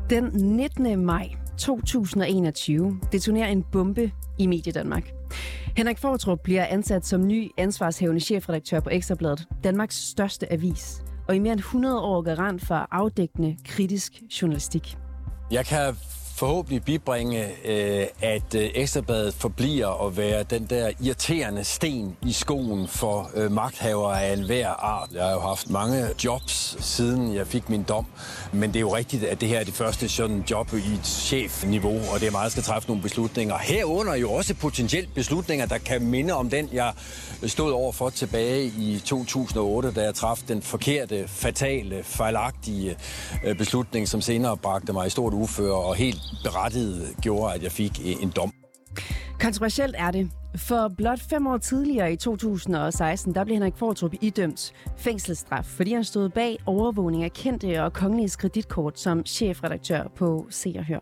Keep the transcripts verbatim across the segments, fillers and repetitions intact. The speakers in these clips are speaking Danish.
Den nittende maj to tusind og enogtyve detonerer en bombe i Mediedanmark. Henrik Qvortrup bliver ansat som ny ansvarshavende chefredaktør på Ekstra Bladet, Danmarks største avis, og i mere end hundrede år garant for afdækkende kritisk journalistik. Jeg kan forhåbentlig bibringe, øh, at øh, Ekstra Bladet forbliver at være den der irriterende sten i skoen for øh, magthavere af enhver art. Jeg har jo haft mange jobs, siden jeg fik min dom, men det er jo rigtigt, at det her er det første sådan job i et chefniveau, og det er meget, skal træffe nogle beslutninger. Herunder jo også potentielt beslutninger, der kan minde om den, jeg stod overfor tilbage i to tusind og otte, da jeg træffede den forkerte, fatale, fejlagtige øh, beslutning, som senere bragte mig i stort uføre og helt berettiget gjorde, at jeg fik en dom. Kontroversielt er det, for blot fem år tidligere i to tusind og seksten, der blev Henrik Qvortrup idømt fængselsstraf, fordi han stod bag overvågning af kendte og kongelige kreditkort som chefredaktør på Se og Hør.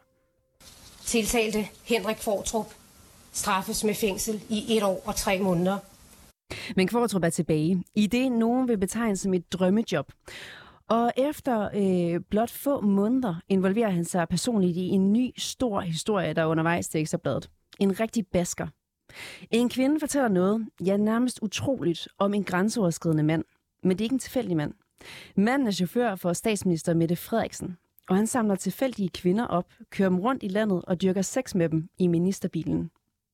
Tiltalte Henrik Qvortrup straffes med fængsel i et år og tre måneder. Men Qvortrup er tilbage i det, nogen vil betegne som et drømmejob. Og efter øh, blot få måneder involverer han sig personligt i en ny, stor historie, der er undervejs til Ekstra Bladet. En rigtig basker. En kvinde fortæller noget, ja nærmest utroligt, om en grænseoverskridende mand. Men det er ikke en tilfældig mand. Manden er chauffør for statsminister Mette Frederiksen, og han samler tilfældige kvinder op, kører dem rundt i landet og dyrker sex med dem i ministerbilen.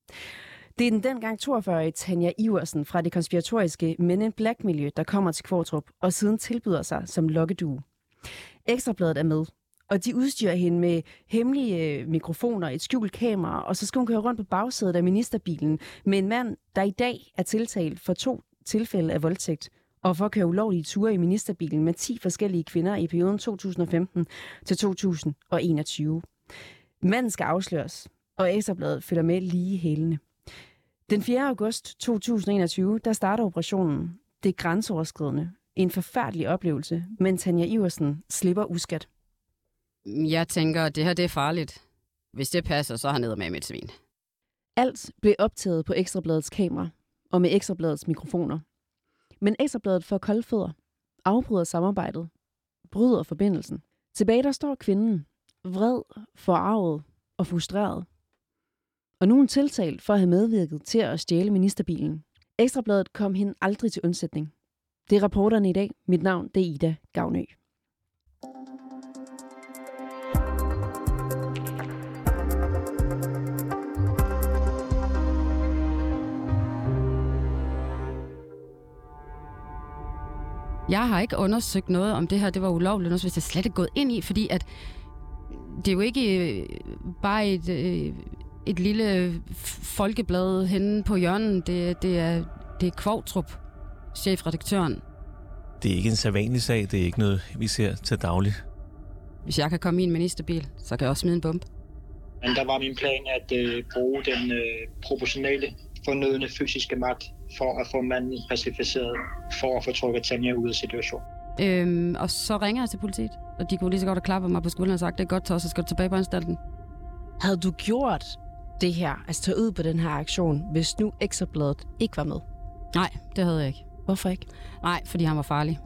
Det er den dengang toogfyrre-årige Tanja Iversen fra det konspiratoriske Men in Black-miljø, der kommer til Qvortrup og siden tilbyder sig som lokkedue. Ekstra Bladet er med, og de udstyrer hende med hemmelige mikrofoner, et skjult kamera, og så skal hun køre rundt på bagsædet af ministerbilen med en mand, der i dag er tiltalt for to tilfælde af voldtægt, og for at køre ulovlige ture i ministerbilen med ti forskellige kvinder i perioden to tusind og femten til to tusind og enogtyve. Manden skal afsløres, og Ekstra Bladet følger med lige i hælene. Den fjerde august to tusind og enogtyve, der starter operationen. Det er grænseoverskridende. En forfærdelig oplevelse, men Tanja Iversen slipper uskat. Jeg tænker, at det her det er farligt. Hvis det passer, så er han ned med mit svin. Alt blev optaget på Ekstra Bladets kamera og med Ekstra Bladets mikrofoner. Men Ekstra Bladet får kolde fødder, afbryder samarbejdet, bryder forbindelsen. Tilbage der står kvinden, vred, forarvet og frustreret. Og nu er hun tiltalt for at have medvirket til at stjæle ministerbilen. Ekstra Bladet kom hende aldrig til undsætning. Det er reporterne i dag. Mit navn det er Ida Gavnø. Jeg har ikke undersøgt noget om det her. Det var ulovligt, hvis jeg slet ikke gået ind i, fordi at det er jo ikke bare et... et lille folkeblad henne på hjørnet. Det, det, er, det er Qvortrup, chefredaktøren. Det er ikke en sædvanlig sag. Det er ikke noget, vi ser til dagligt. Hvis jeg kan komme i en ministerbil, så kan jeg også smide en bombe. Men der var min plan at øh, bruge den øh, proportionale fornødne fysiske magt for at få manden pacificeret, for at få trukket Tanja ud af situationen. Øhm, og så ringer jeg til politiet, og de kunne lige så godt have klappet mig på skulderen og sagt, det er godt, så skal du tilbage på anstalten. Havde du gjort det her, altså tage ud på den her aktion, hvis nu Ekstra Bladet ikke var med? Nej, det havde jeg ikke. Hvorfor ikke? Nej, fordi han var farlig.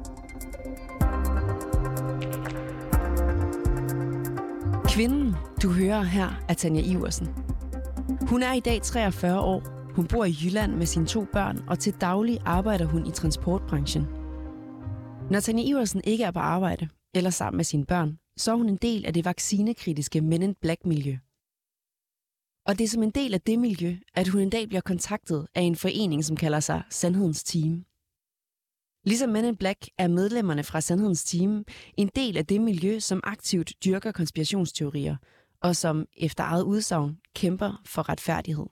Kvinden, du hører her, er Tanja Iversen. Hun er i dag treogfyrre år. Hun bor i Jylland med sine to børn, og til daglig arbejder hun i transportbranchen. Når Tanja Iversen ikke er på arbejde eller sammen med sine børn, så er hun en del af det vaccinekritiske Men in Black-miljø. Og det er som en del af det miljø, at hun en dag bliver kontaktet af en forening, som kalder sig Sandhedens Team. Ligesom Men in Black er medlemmerne fra Sandhedens Team en del af det miljø, som aktivt dyrker konspirationsteorier, og som efter eget udsagn kæmper for retfærdighed.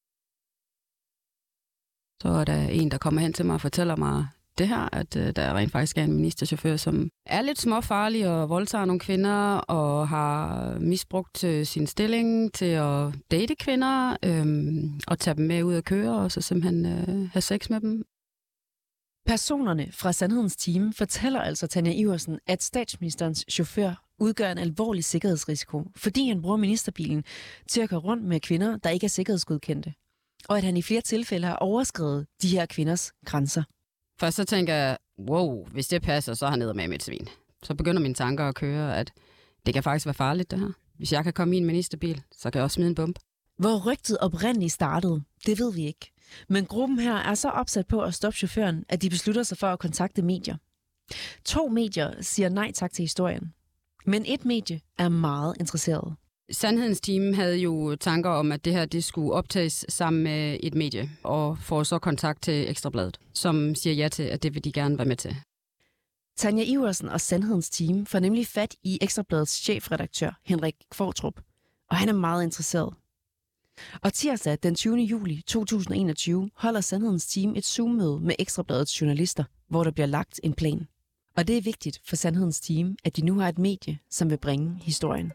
Så er der en, der kommer hen til mig og fortæller mig det her, at uh, der rent faktisk er en ministerchauffør, som er lidt småfarlig og voldtager nogle kvinder og har misbrugt uh, sin stilling til at date kvinder øhm, og tage dem med ud at køre og så simpelthen uh, have sex med dem. Personerne fra Sandhedens Team fortæller altså Tanja Iversen, at statsministerens chauffør udgør en alvorlig sikkerhedsrisiko, fordi han bruger ministerbilen til at køre rundt med kvinder, der ikke er sikkerhedsgodkendte, og at han i flere tilfælde har overskredet de her kvinders grænser. Først så tænker jeg, wow, hvis det passer, så er han ned med mit svin. Så begynder mine tanker at køre, at Det kan faktisk være farligt, det her. Hvis jeg kan komme i en ministerbil, så kan jeg også smide en bombe. Hvor rygtet oprindeligt startede, det ved vi ikke. Men gruppen her er så opsat på at stoppe chaufføren, at de beslutter sig for at kontakte medier. To medier siger nej tak til historien. Men et medie er meget interesseret. Sandhedens team havde jo tanker om, at det her det skulle optages sammen med et medie, og får så kontakt til Ekstrabladet, som siger ja til, at det vil de gerne være med til. Tanja Iversen og Sandhedens team får nemlig fat i Ekstrabladets chefredaktør, Henrik Qvortrup, og han er meget interesseret. Og tirsdag den tyvende juli to tusind og enogtyve holder Sandhedens team et Zoom-møde med Ekstrabladets journalister, hvor der bliver lagt en plan. Og det er vigtigt for Sandhedens team, at de nu har et medie, som vil bringe historien.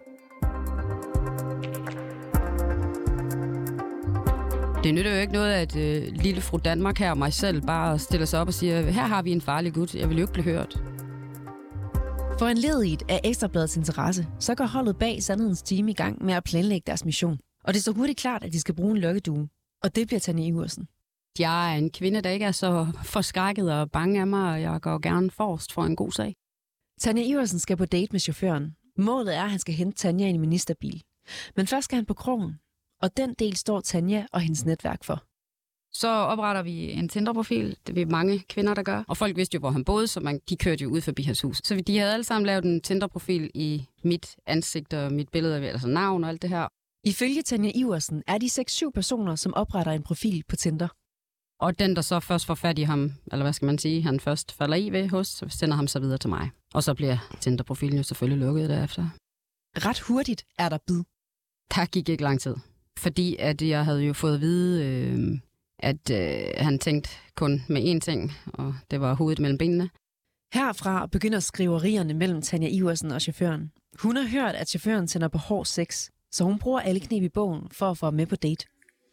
Det nytter jo ikke noget, at øh, lille fru Danmark her og mig selv bare stiller sig op og siger, her har vi en farlig gut, jeg vil jo ikke blive hørt. For en ledigt af Ekstrabladets interesse, så går holdet bag Sandhedens team i gang med at planlægge deres mission. Og det er så hurtigt klart, at de skal bruge en lokkedue. Og det bliver Tanja Iversen. Jeg er en kvinde, der ikke er så forskrækket og bange af mig, og jeg går gerne forrest for en god sag. Tanja Iversen skal på date med chaufføren. Målet er, at han skal hente Tanja i en ministerbil. Men først skal han på krogen. Og den del står Tanja og hendes netværk for. Så opretter vi en Tinder-profil. Det er mange kvinder, der gør. Og folk vidste jo, hvor han boede, så man, de kørte jo ud forbi hans hus. Så de havde alle sammen lavet en Tinder-profil i mit ansigt og mit billede, altså navn og alt det her. Ifølge Tanja Iversen er de seks syv personer, som opretter en profil på Tinder. Og den, der så først får fat i ham, eller hvad skal man sige, han først falder i ved hos, så sender ham så videre til mig. Og så bliver Tinder-profilen jo selvfølgelig lukket derefter. Ret hurtigt er der bid. Der gik ikke lang tid. Fordi at jeg havde jo fået at vide, øh, at øh, han tænkte kun med én ting, og det var hovedet mellem benene. Herfra begynder skriverierne mellem Tanja Iversen og chaufføren. Hun har hørt, at chaufføren tænder på hård sex, så hun bruger alle kneb i bogen for at få ham med på date.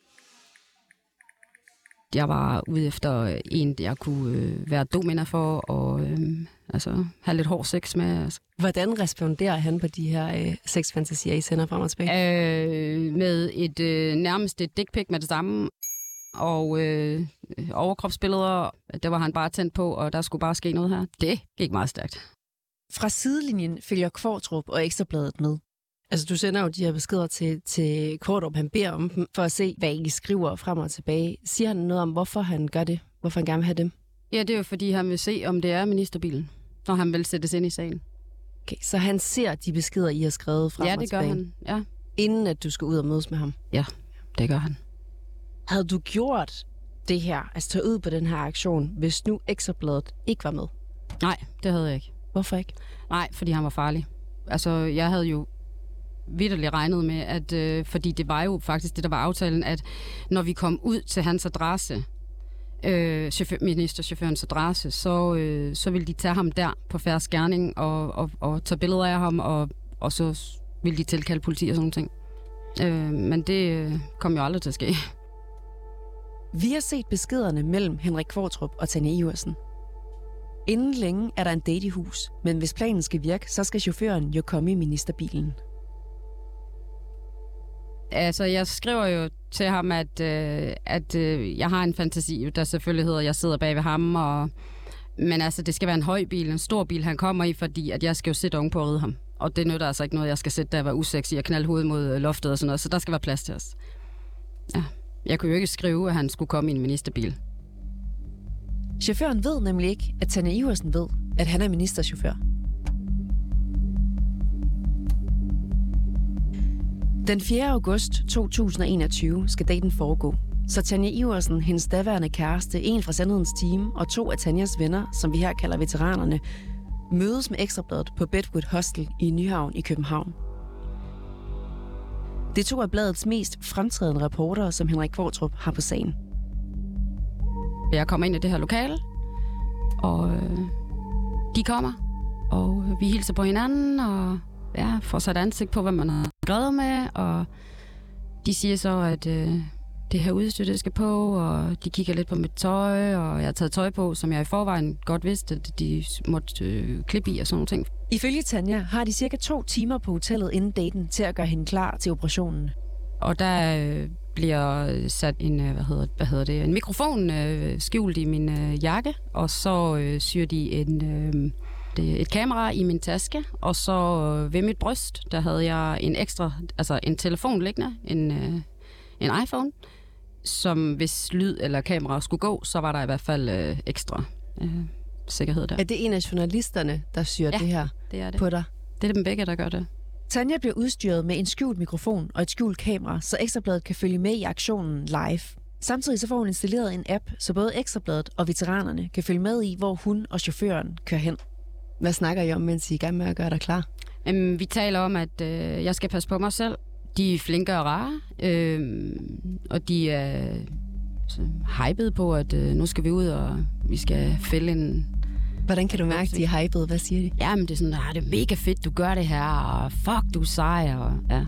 Jeg var ude efter en, jeg kunne øh, være domina for, og øh, altså, have lidt hård sex med. Altså. Hvordan responderer han på de her øh, sexfantasier, I sender frem og tilbage? Øh, med et øh, nærmest et dick pic med det samme, og øh, overkropsbilleder, det var han bare tændt på, og der skulle bare ske noget her. Det gik meget stærkt. Fra sidelinjen følger Qvortrup og Ekstrabladet med. Altså, du sender jo de her beskeder til, til Qvortrup, han beder om dem, for at se, hvad I skriver frem og tilbage. Siger han noget om, hvorfor han gør det? Hvorfor han gerne vil have dem? Ja, det er jo, fordi han vil se, om det er ministerbilen, når han vil sættes ind i sagen. Okay, så han ser de beskeder, I har skrevet frem ja, og tilbage? Ja, det gør han, ja. Inden at du skal ud og mødes med ham? Ja, det gør han. Havde du gjort det her, altså tage ud på den her aktion, hvis nu Ekstrabladet ikke var med? Nej, det havde jeg ikke. Hvorfor ikke? Nej, fordi han var farlig. Altså, jeg havde jo vitterligt regnet med, at øh, fordi det var jo faktisk det, der var aftalen, at når vi kom ud til hans adresse, øh, chauffør, ministerchaufførens adresse, så, øh, så ville de tage ham der på fersk gerning og, og, og tage billeder af ham, og, og så ville de tilkalde politi og sådan nogle ting. Øh, men det øh, kom jo aldrig til at ske. Vi har set beskederne mellem Henrik Qvortrup og Tanja Iversen. Inden længe er der en date i hus, men hvis planen skal virke, så skal chaufføren jo komme i ministerbilen. Altså, jeg skriver jo til ham, at, øh, at øh, jeg har en fantasi, der selvfølgelig hedder, at jeg sidder bag ved ham, og, men altså, det skal være en høj bil, en stor bil, han kommer i, fordi at jeg skal jo sidde oven på at ride ham. Og det nytter altså ikke noget, jeg skal sætte der og være usexy og knalde hovedet mod loftet og sådan noget, så der skal være plads til os. Ja. Jeg kunne jo ikke skrive, at han skulle komme i en ministerbil. Chaufføren ved nemlig ikke, at Tanja Iversen ved, at han er ministerchauffør. Den fjerde august to tusind og enogtyve skal daten foregå, så Tanja Iversen, hendes daværende kæreste, en fra Sandhedens team og to af Tanjas venner, som vi her kalder veteranerne, mødes med Ekstrabladet på Bedwood Hostel i Nyhavn i København. Det er to af bladets mest fremtrædende reportere, som Henrik Qvortrup har på sagen. Jeg kommer ind i det her lokale, og øh, de kommer, og vi hilser på hinanden, og ja, får sat ansigt på, hvad man har skrevet med, og de siger så, at øh, det her udstyr, det skal på, og de kigger lidt på mit tøj, og jeg har taget tøj på, som jeg i forvejen godt vidste, at de måtte øh, klippe i og sådan nogle ting. Ifølge Tanja har de cirka to timer på hotellet inden daten til at gøre hende klar til operationen. Og der øh, bliver sat en, øh, hvad hedder, hvad hedder det, en mikrofon øh, skjult i min øh, jakke, og så øh, syr de en, øh, det, et kamera i min taske, og så øh, ved mit bryst, der havde jeg en ekstra, altså en telefon liggende, en, øh, en iPhone, som hvis lyd eller kamera skulle gå, så var der i hvert fald øh, ekstra øh, sikkerhed der. Er det en af journalisterne, der syr ja, det her det er det. på dig? Det er dem begge, der gør det. Tanja bliver udstyret med en skjult mikrofon og et skjult kamera, så Ekstrabladet kan følge med i aktionen live. Samtidig så får hun installeret en app, så både Ekstrabladet og veteranerne kan følge med i, hvor hun og chaufføren kører hen. Hvad snakker I om, mens I er i gang med at gøre dig klar? Um, vi taler om, at øh, jeg skal passe på mig selv. De er flinke og rare, øh, og de er øh, hypede på, at øh, nu skal vi ud, og vi skal fælde en... Hvordan kan du mærke, at de er hypede? Hvad siger de? Jamen, det er sådan, ah, det er mega fedt, du gør det her, og fuck, du er sej, og ja.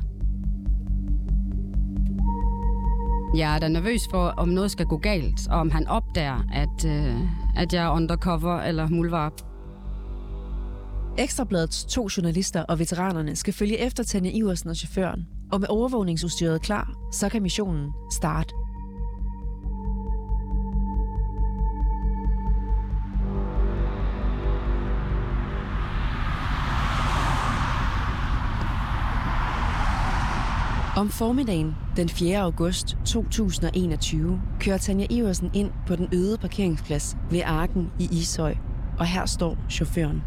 Jeg er da nervøs for, om noget skal gå galt, og om han opdager, at, øh, at jeg er undercover eller muldvarp. Ekstrabladets to journalister og veteranerne skal følge efter Tanja Iversen og chaufføren, og med overvågningsudstyret klar, så kan missionen starte. Om formiddagen den fjerde august to tusind og enogtyve kører Tanja Iversen ind på den øde parkeringsplads ved Arken i Ishøj, og her står chaufføren.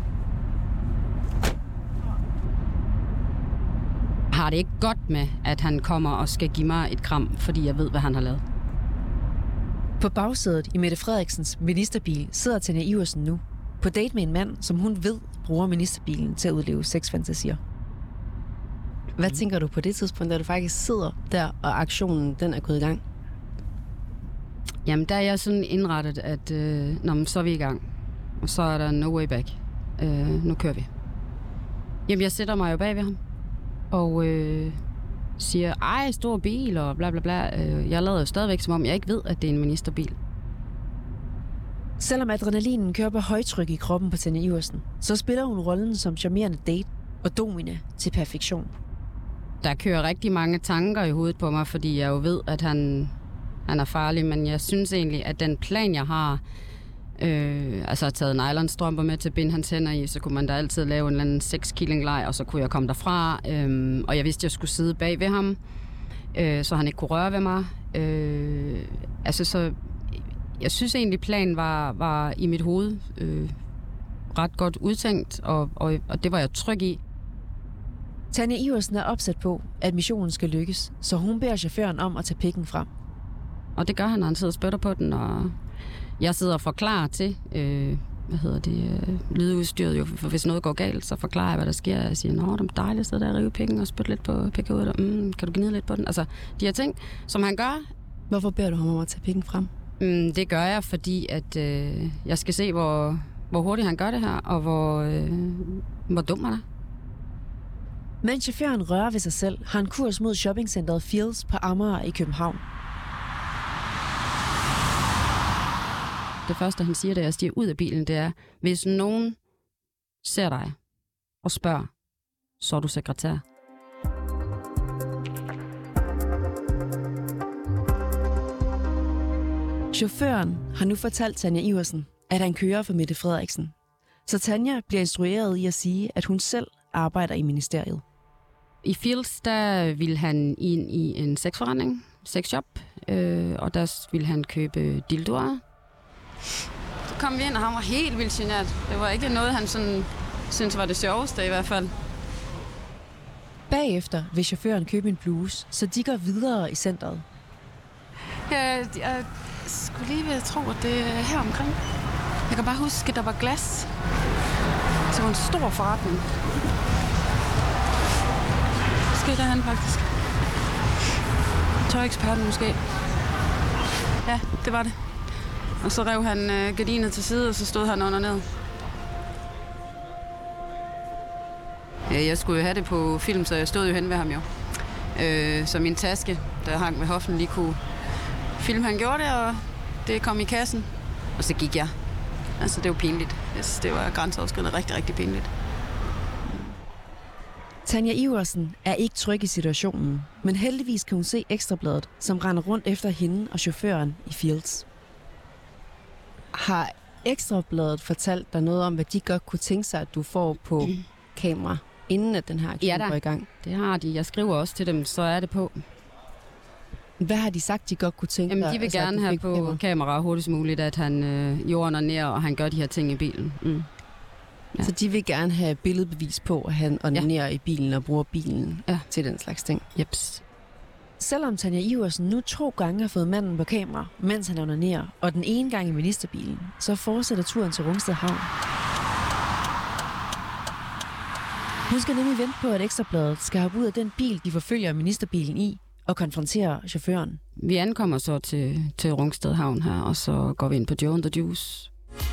Har det ikke godt med, at han kommer og skal give mig et kram, fordi jeg ved, hvad han har lavet? På bagsædet i Mette Frederiksens ministerbil sidder Tanja Iversen nu, på date med en mand, som hun ved bruger ministerbilen til at udleve sexfantasier. Hvad mm. tænker du på det tidspunkt, da du faktisk sidder der, og aktionen den er gået i gang? Jamen, der er jeg sådan indrettet, at øh, nå, men så er vi i gang. Og så er der no way back. Øh, nu kører vi. Jamen, jeg sætter mig jo bag ved ham. Og øh, siger, ej, stor bil, og bla bla bla. Øh, jeg lader jo stadigvæk, som om jeg ikke ved, at det er en ministerbil. Selvom adrenalinen kører på højtryk i kroppen på Tanja Iversen, så spiller hun rollen som charmerende date og domina til perfektion. Der kører rigtig mange tanker i hovedet på mig, fordi jeg jo ved, at han, han er farlig, men jeg synes egentlig, at den plan, jeg har, øh, altså at taget nylonstrømper med til at binde hans hænder i, så kunne man da altid lave en eller anden sexkilling-leg, og så kunne jeg komme derfra, øh, og jeg vidste, at jeg skulle sidde bag ved ham, øh, så han ikke kunne røre ved mig. Øh, altså, så jeg synes egentlig, planen var, var i mit hoved øh, ret godt udtænkt, og, og, og det var jeg tryg i. Tanja Iversen er opsat på, at missionen skal lykkes, så hun beder chaufføren om at tage pikken frem. Og det gør han, når han sidder og spytter på den, og jeg sidder og forklarer til, øh, hvad hedder det, øh, lydudstyret jo, for hvis noget går galt, så forklarer jeg, hvad der sker. Jeg siger, nå, det er dejligt at sidde der og rive pikken og spytte lidt på pikken ud, og mm, kan du gnide lidt på den? Altså, de her ting, som han gør. Hvorfor beder du ham om at tage pikken frem? Mm, det gør jeg, fordi at øh, jeg skal se, hvor, hvor hurtigt han gør det her, og hvor, øh, hvor dum han er. Mens chaufføren rører ved sig selv, har han kurs mod shoppingcenteret Fields på Amager i København. Det første, han siger, da jeg stiger ud af bilen, det er, hvis nogen ser dig og spørger, så er du sekretær. Chaufføren har nu fortalt Tanja Iversen, at han kører for Mette Frederiksen. Så Tanja bliver instrueret i at sige, at hun selv arbejder i ministeriet. I Fields, der ville han ind i en sexforretning, sexshop, øh, og der ville han købe dildoer. Så kom vi ind, og han var helt vildt genert. Det var ikke noget, han sådan, synes var det sjoveste i hvert fald. Bagefter vil chaufføren købe en bluse, så de går videre i centret. Jeg, jeg skulle lige ved at tro, at det er her omkring. Jeg kan bare huske, at der var glas. Så det var en stor forretning. Måske derhen faktisk. Tøjeksperten måske. Ja, det var det. Og så rev han øh, gardinet til side, og så stod han under ned. Ja, jeg skulle jo have det på film, så jeg stod jo hen ved ham jo. Øh, så min taske, der hang ved hoften, lige kunne filme. Han gjorde det, og det kom i kassen. Og så gik jeg. Altså, det var pinligt. Yes, det var grænseoverskridende rigtig, rigtig pinligt. Tanja Iversen er ikke tryg i situationen, men heldigvis kan hun se Ekstrabladet, som render rundt efter hende og chaufføren i Fields. Har Ekstrabladet fortalte dig noget om, hvad de godt kunne tænke sig, at du får på mm. kamera, inden at den her aktion ja, går i gang? Det har de. Jeg skriver også til dem, så er det på. Hvad har de sagt, de godt kunne tænke Jamen, dig? de vil altså, gerne have på kamera. kamera hurtigst muligt, at han øh, jorden er nær, og han gør de her ting i bilen. Mm. Ja. Så de vil gerne have billedbevis på, at han onanerer ja. i bilen og bruger bilen ja. til den slags ting? Jeps. Selvom Tanja Iversen nu to gange har fået manden på kamera, mens han onanerer, og den ene gang i ministerbilen, så fortsætter turen til Rungsted Havn. Hun skal nemlig vente på, at Ekstrabladet skal hoppe ud af den bil, de forfølger ministerbilen i, og konfrontere chaufføren. Vi ankommer så til, til Rungsted Havn her, og så går vi ind på Joe and the Juice.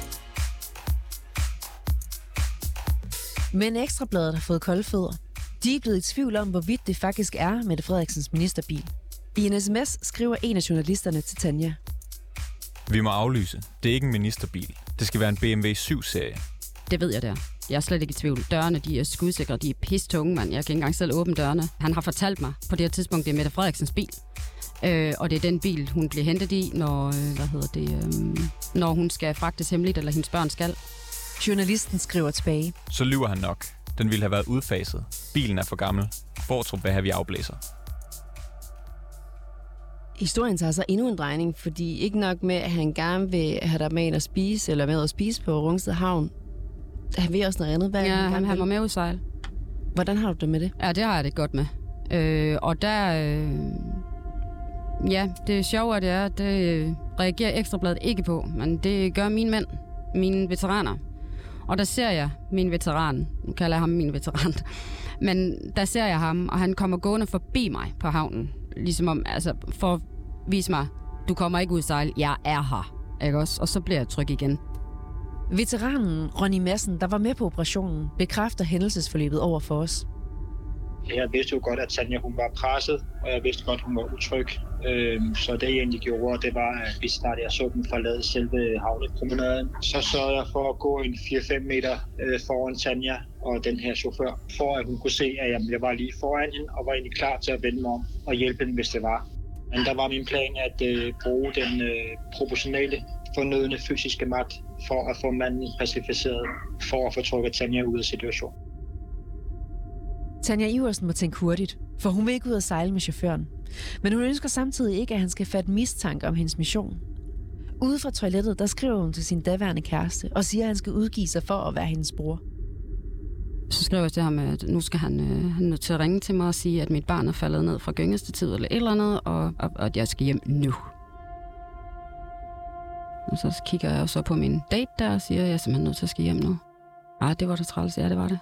Men Ekstrabladet har fået kolde fødder. De er blevet i tvivl om, hvorvidt det faktisk er Mette Frederiksens ministerbil. I en sms skriver en af journalisterne til Tanja: Vi må aflyse. Det er ikke en ministerbil. Det skal være en B M W syv-serie. Det ved jeg der. Jeg er slet ikke i tvivl. Dørene, de er skudsikre, de er pistunge, mand. Jeg kan ikke engang selv åbne dørene. Han har fortalt mig på det her tidspunkt, det er Mette Frederiksens bil. Øh, og det er den bil, hun bliver hentet i, når, øh, hvad hedder det, øh, når hun skal fragtes hemmeligt, eller hendes børn skal. Journalisten skriver tilbage: Så lyver han nok. Den ville have været udfaset. Bilen er for gammel. Fortrup vil have, vi afblæser. Historien tager så endnu en drejning, fordi ikke nok med, at han gerne vil have dig med ind at spise, eller med at spise på Rungsted Havn. Han vil også noget andet. Hvad ja, han, han har mig med ud sejl. Hvordan har du det med det? Ja, det har jeg det godt med. Øh, og der... Øh, ja, det sjove det er, det reagerer Ekstrabladet ikke på, men det gør mine mænd, mine veteraner. Og der ser jeg min veteran, nu kalder jeg ham min veteran, men der ser jeg ham, og han kommer gående forbi mig på havnen. Ligesom om, altså, for at vise mig, du kommer ikke ud i sejl, jeg er her. Ikke også? Og så bliver jeg tryg igen. Veteranen Ronny Madsen, der var med på operationen, bekræfter hændelsesforløbet over for os. Jeg vidste jo godt, at Tanja hun var presset, og jeg vidste godt, at hun var utryg. Så det jeg egentlig gjorde, det var, at vi snart jeg så dem forlade selve havnepromenaden. Så sørgede jeg for at gå en fire til fem meter foran Tanja og den her chauffør, for at hun kunne se, at jeg var lige foran hende og var egentlig klar til at vende mig om og hjælpe hende, hvis det var. Men der var min plan at bruge den proportionale fornødne fysiske magt for at få manden pacificeret, for at få trukket Tanja ud af situationen. Tanja Iversen må tænke hurtigt, for hun vil ikke ud at sejle med chaufføren. Men hun ønsker samtidig ikke, at han skal fatte mistanke om hendes mission. Ude fra toilettet, der skriver hun til sin daværende kæreste og siger, at han skal udgive sig for at være hendes bror. Så skriver jeg til ham, at nu skal han, øh, han nødt til at ringe til mig og sige, at mit barn er faldet ned fra gyngestativ eller et eller andet, og, og, og at jeg skal hjem nu. Og så kigger jeg så på min date der og siger, at jeg er simpelthen nødt til at skal hjem nu. Ej, det var da træls. Ja, det var det.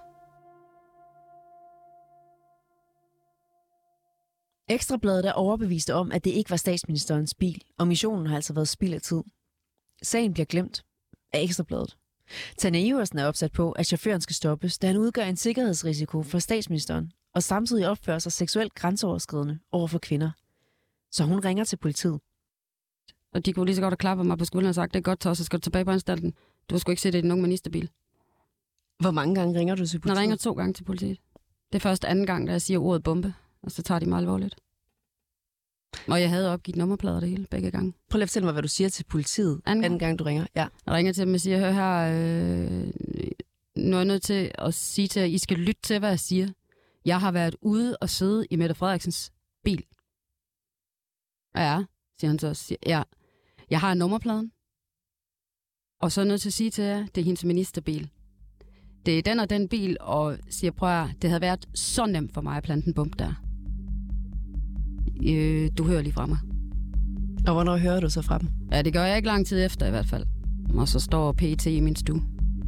Ekstrabladet er overbevist om, at det ikke var statsministerens bil, og missionen har altså været spild af tid. Sagen bliver glemt af Ekstrabladet. Tanja Iversen er opsat på, at chaufføren skal stoppes, da han udgør en sikkerhedsrisiko for statsministeren, og samtidig opfører sig seksuelt grænseoverskridende over for kvinder. Så hun ringer til politiet. Og de kunne lige så godt have klappet mig på skulderen og sagt, det er godt, så skal du tilbage på anstalten. Du har sgu ikke set det i den unge ministerbil. Hvor mange gange ringer du til politiet? Jeg ringer to gange til politiet. Det er først anden gang, da jeg siger ordet bombe, og så tager de mig alvorligt. Og jeg havde opgivet nummerplader det hele, begge gange. Prøv lige at fortælle mig, hvad du siger til politiet anden, anden gang, du ringer. Ja. Jeg ringer til dem og siger, hør her, øh, nu er jeg nødt til at sige til jer, I skal lytte til, hvad jeg siger. Jeg har været ude og sidde i Mette Frederiksens bil. Ja, siger han så. Siger, ja, jeg har nummerpladen. Og så er jeg nødt til at sige til jer, det er hendes ministerbil. Det er den og den bil, og siger, prøv at det havde været så nemt for mig at plante en bombe der. Øh, du hører lige fra mig. Og hvornår hører du så fra dem? Ja, det gør jeg ikke lang tid efter i hvert fald. Og så står P E T i min stue.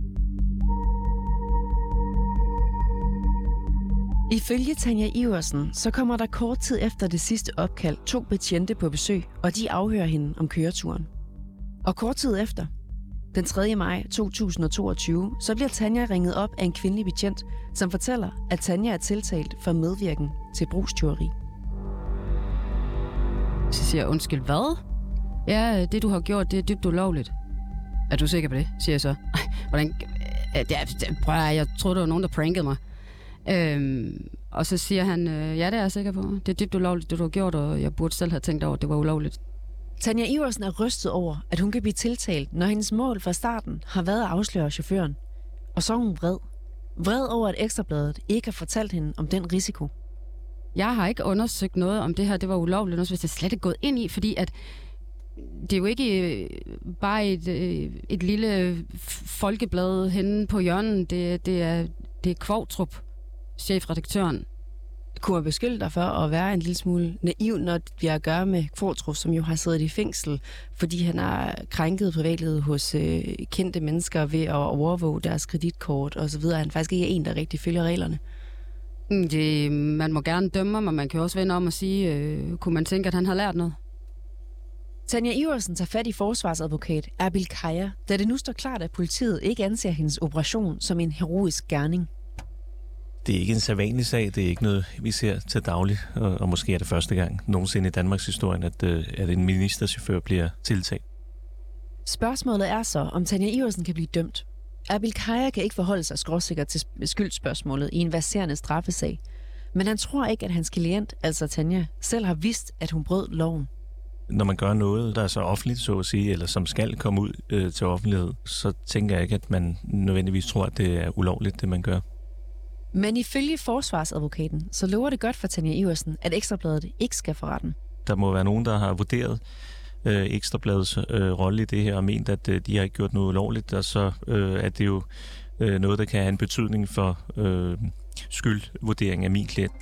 Ifølge Tanja Iversen, så kommer der kort tid efter det sidste opkald to betjente på besøg, og de afhører hende om køreturen. Og kort tid efter, den tredje maj to tusind og toogtyve, så bliver Tanja ringet op af en kvindelig betjent, som fortæller, at Tanja er tiltalt for medvirken til brugstyveri. Så siger jeg, undskyld, hvad? Ja, det du har gjort, det er dybt ulovligt. Er du sikker på det? Siger jeg så. Hvordan? Prøv at, jeg troede, der var nogen, der prankede mig. Øhm, og så siger han, ja, det er jeg sikker på. Det er dybt ulovligt, det du har gjort, og jeg burde selv have tænkt over, at det var ulovligt. Tanja Iversen er rystet over, at hun kan blive tiltalt, når hendes mål fra starten har været at afsløre chaufføren. Og så er hun vred. Vred over, at Ekstrabladet ikke har fortalt hende om den risiko. Jeg har ikke undersøgt noget om det her. Det var ulovligt, noget, hvis jeg slet ikke gået ind i, fordi at det er jo ikke bare et, et lille folkeblad henne på hjørnet. Det, det er, det er Qvortrup, chefredaktøren. Kunne man beskylde dig for at være en lille smule naiv, når vi har at gøre med Qvortrup, som jo har siddet i fængsel, fordi han har krænket privatlivet hos øh, kendte mennesker ved at overvåge deres kreditkort og så videre. Han faktisk ikke er en, der rigtig følger reglerne. Det, man må gerne dømme ham, og man kan også vende om og sige, øh, kunne man tænke, at han har lært noget? Tanja Iversen tager fat i forsvarsadvokat Erbil Kaya, da det nu står klart, at politiet ikke anser hendes operation som en heroisk gerning. Det er ikke en sædvanlig sag, det er ikke noget, vi ser til daglig, og, og måske er det første gang nogensinde i Danmarks historie, at, at en ministerchauffør bliver tiltalt. Spørgsmålet er så, om Tanja Iversen kan blive dømt. Erbil Kaya kan ikke forholde sig skråsikkert til skyldspørgsmålet i en verserende straffesag, men han tror ikke, at hans klient, altså Tanja, selv har vidst, at hun brød loven. Når man gør noget, der er så offentligt, så at sige, eller som skal komme ud øh, til offentlighed, så tænker jeg ikke, at man nødvendigvis tror, at det er ulovligt, det man gør. Men ifølge forsvarsadvokaten, så lover det godt for Tanja Iversen, at Ekstrabladet ikke skal for retten. Der må være nogen, der har vurderet øh, Ekstrabladets øh, rolle i det her, og ment, at øh, de har ikke gjort noget ulovligt, og så øh, er det jo øh, noget, der kan have en betydning for øh, skyldvurdering af min klient.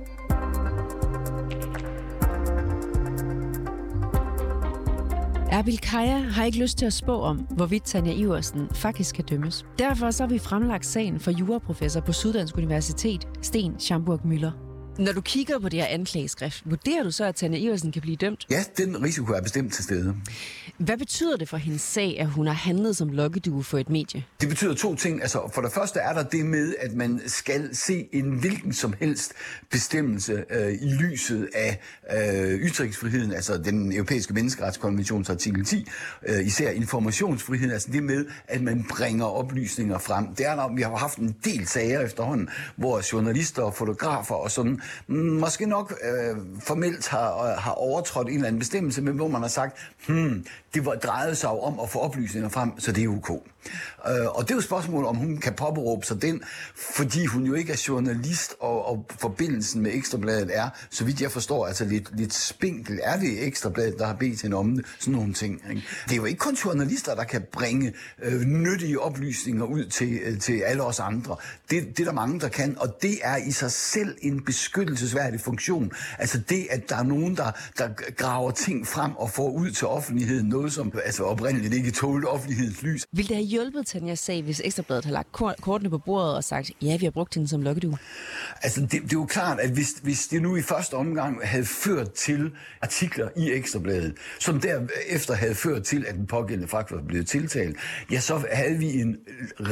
Erbil Kaya har ikke lyst til at spå om, hvorvidt Tanja Iversen faktisk kan dømmes. Derfor så har vi fremlagt sagen for juraprofessor på Syddansk Universitet, Sten Schaumburg-Müller. Når du kigger på det her anklageskrift, vurderer du så, at Tanja Iversen kan blive dømt? Ja, den risiko er bestemt til stede. Hvad betyder det for hendes sag, at hun har handlet som lokkedue for et medie? Det betyder to ting. Altså, for det første er der det med, at man skal se en hvilken som helst bestemmelse øh, i lyset af øh, ytringsfriheden, altså den europæiske menneskeretskonventions artikel ti, øh, især informationsfriheden, altså det med, at man bringer oplysninger frem. Det er, når vi har haft en del sager efterhånden, hvor journalister og fotografer og sådan måske nok øh, formelt har, har overtrådt en eller anden bestemmelse, men hvor man har sagt, hmm, det var drejet sig om at få oplysninger frem, så det er ok. Øh, og det er jo spørgsmålet, om hun kan påberåbe sig den, fordi hun jo ikke er journalist, og, og forbindelsen med Ekstrabladet er, så vidt jeg forstår, altså lidt, lidt spinkel. Er det Ekstrabladet, der har bedt hende om det? Sådan nogle ting. Ikke? Det er jo ikke kun journalister, der kan bringe øh, nyttige oplysninger ud til, til alle os andre. Det, det er der mange, der kan, og det er i sig selv en beskyttelsesværdig funktion. Altså det, at der er nogen, der, der graver ting frem og får ud til offentligheden, noget som altså oprindeligt ikke tålte offentlighedens lys. Vil det have hjulpet Tanjas sag, hvis Ekstrabladet har lagt kortene på bordet og sagt, ja, vi har brugt hende som lokkedue? Altså, det, det er jo klart, at hvis, hvis det nu i første omgang havde ført til artikler i Ekstrabladet, som derefter havde ført til, at den pågældende faktisk var blevet tiltalt, ja, så havde vi en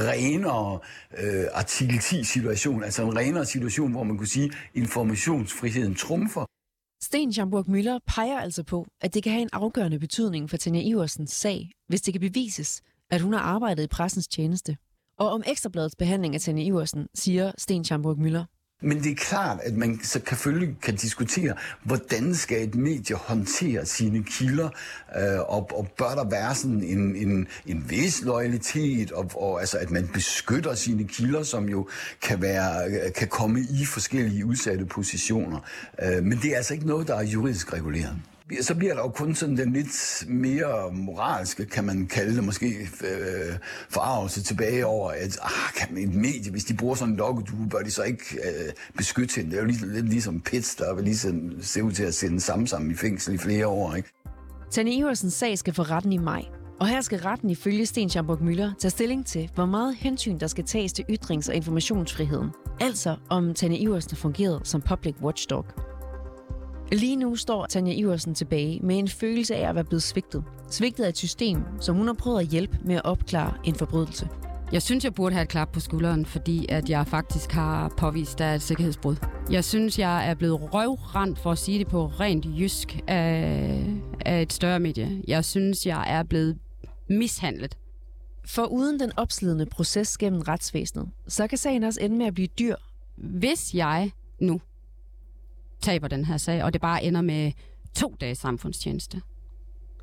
renere øh, artikel ti-situation, altså en renere situation, hvor man kunne sige, informationsfriheden trumfer. Sten Schaumburg-Müller peger altså på, at det kan have en afgørende betydning for Tanja Iversens sag, hvis det kan bevises, at hun har arbejdet i pressens tjeneste. Og om Ekstrabladets behandling af Tanja Iversen, siger Sten Schaumburg-Müller. Men det er klart, at man så selvfølgelig kan diskutere, hvordan skal et medie håndtere sine kilder, øh, og, og bør der være sådan en, en, en vis loyalitet, og, og altså, at man beskytter sine kilder, som jo kan, være, kan komme i forskellige udsatte positioner. Øh, men det er altså ikke noget, der er juridisk reguleret. Så bliver der jo kun sådan den lidt mere moralske, kan man kalde det, måske øh, forarvelse tilbage over, at ah, kan man et medie, hvis de bruger sådan en lokkedue, bør de så ikke øh, beskytte hende. Det er jo lidt, lidt ligesom Pets, der vil ligesom se ud til at sende sammen sammen i fængsel i flere år, ikke? Tanja Iversens sag skal for retten i maj, og her skal retten ifølge Sten Schaumburg-Müller tage stilling til, hvor meget hensyn der skal tages til ytrings- og informationsfriheden. Altså om Tanja Iversen har fungeret som public watchdog. Lige nu står Tanja Iversen tilbage med en følelse af at være blevet svigtet. Svigtet af et system, som hun har prøvet at hjælpe med at opklare en forbrydelse. Jeg synes, jeg burde have et klap på skulderen, fordi at jeg faktisk har påvist, der er et sikkerhedsbrud. Jeg synes, jeg er blevet røvrendt, for at sige det på rent jysk, af, af et større medie. Jeg synes, jeg er blevet mishandlet. For uden den opslidende proces gennem retsvæsenet, så kan sagen også ende med at blive dyr. Hvis jeg nu taber den her sag, og det bare ender med to dages samfundstjeneste,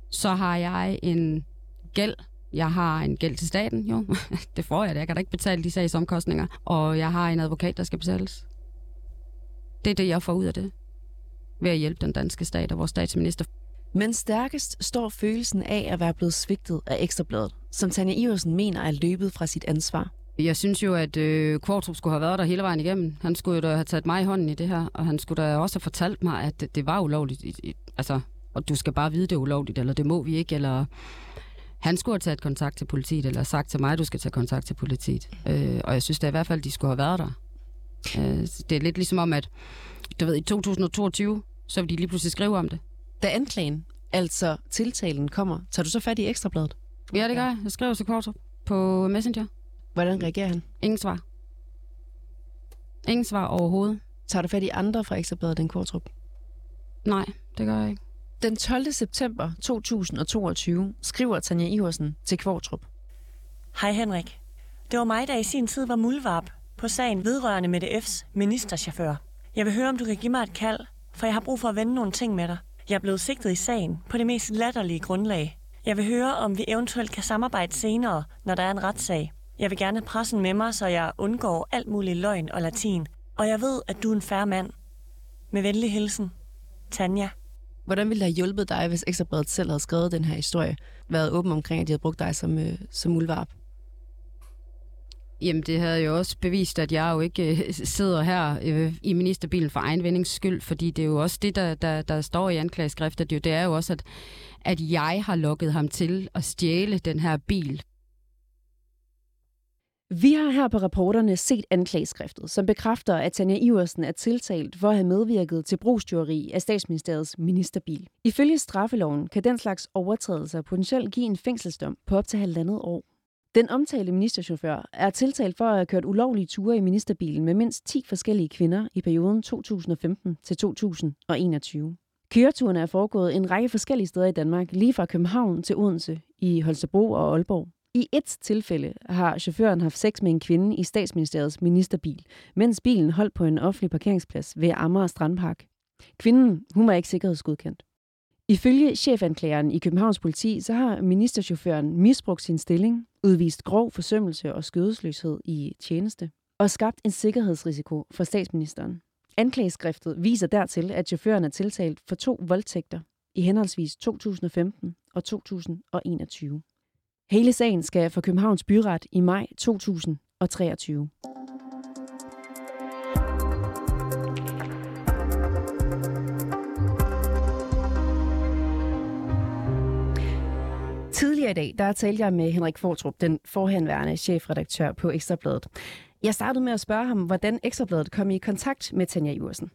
Så har jeg en gæld. Jeg har en gæld til staten, jo. Det får jeg det. Jeg kan da ikke betale de sagsomkostninger. Og jeg har en advokat, der skal betales. Det er det, jeg får ud af det. Ved at hjælpe den danske stat og vores statsminister. Men stærkest står følelsen af at være blevet svigtet af Ekstra Bladet, som Tanja Iversen mener er løbet fra sit ansvar. Jeg synes jo, at øh, Qvortrup skulle have været der hele vejen igennem. Han skulle jo da have taget mig i hånden i det her, og han skulle da også have fortalt mig, at det, det var ulovligt. I, i, altså, og du skal bare vide, det er ulovligt, eller det må vi ikke, eller... Han skulle have taget kontakt til politiet, eller sagt til mig, at du skal tage kontakt til politiet. Øh, og jeg synes da i hvert fald, at de skulle have været der. Øh, det er lidt ligesom om, at du ved, i to tusind og toogtyve, så vil de lige pludselig skrive om det. Da anklagen, altså tiltalen, kommer, tager du så fat i Ekstra Bladet? Ja, det gør jeg. Jeg skriver til Qvortrup på Messenger. Hvordan reagerer han? Ingen svar. Ingen svar overhovedet. Tager du fat i andre fra Ekstra Bladet end Qvortrup? Nej, det gør jeg ikke. Den tolvte september to tusind og toogtyve skriver Tanja Iversen til Qvortrup. Hej Henrik. Det var mig, der i sin tid var muldvarp på sagen vedrørende Mette F's ministerchauffør. Jeg vil høre, om du kan give mig et kald, for jeg har brug for at vende nogle ting med dig. Jeg er blevet sigtet i sagen på det mest latterlige grundlag. Jeg vil høre, om vi eventuelt kan samarbejde senere, når der er en retssag. Jeg vil gerne have pressen med mig, så jeg undgår alt muligt løgn og latin. Og jeg ved, at du er en fair mand. Med venlig hilsen, Tanja. Hvordan ville det have hjulpet dig, hvis Ekstra Bladet selv havde skrevet den her historie? Været åben omkring, at de havde brugt dig som, øh, som muldvarp? Jamen, det havde jo også bevist, at jeg jo ikke øh, sidder her øh, i ministerbilen for egen vindings skyld, fordi det er jo også det, der, der, der står i anklageskriftet. Det, det er jo også, at, at jeg har lokket ham til at stjæle den her bil. Vi har her på Reporterne set anklageskriftet, som bekræfter, at Tanja Iversen er tiltalt for at have medvirket til brugstyveri af Statsministeriets ministerbil. Ifølge straffeloven kan den slags overtrædelser potentielt give en fængselsdom på op til halvandet år. Den omtalte ministerchauffør er tiltalt for at have kørt ulovlige ture i ministerbilen med mindst ti forskellige kvinder i perioden to tusind og femten til to tusind og enogtyve. Køreturene er foregået en række forskellige steder i Danmark, lige fra København til Odense, i Holstebro og Aalborg. I et tilfælde har chaufføren haft sex med en kvinde i Statsministeriets ministerbil, mens bilen holdt på en offentlig parkeringsplads ved Amager Strandpark. Kvinden, hun var ikke sikkerhedsgodkendt. Ifølge chefanklageren i Københavns Politi, så har ministerchaufføren misbrugt sin stilling, udvist grov forsømmelse og skødesløshed i tjeneste og skabt en sikkerhedsrisiko for statsministeren. Anklageskriftet viser dertil, at chaufføren er tiltalt for to voldtægter i henholdsvis to tusind og femten og to tusind og enogtyve. Hele sagen skal for Københavns Byret i maj to tusind og treogtyve. Tidligere i dag, der talte jeg med Henrik Qvortrup, den forhenværende chefredaktør på Ekstra Bladet. Jeg startede med at spørge ham, hvordan Ekstra Bladet kom i kontakt med Tanja Iversen.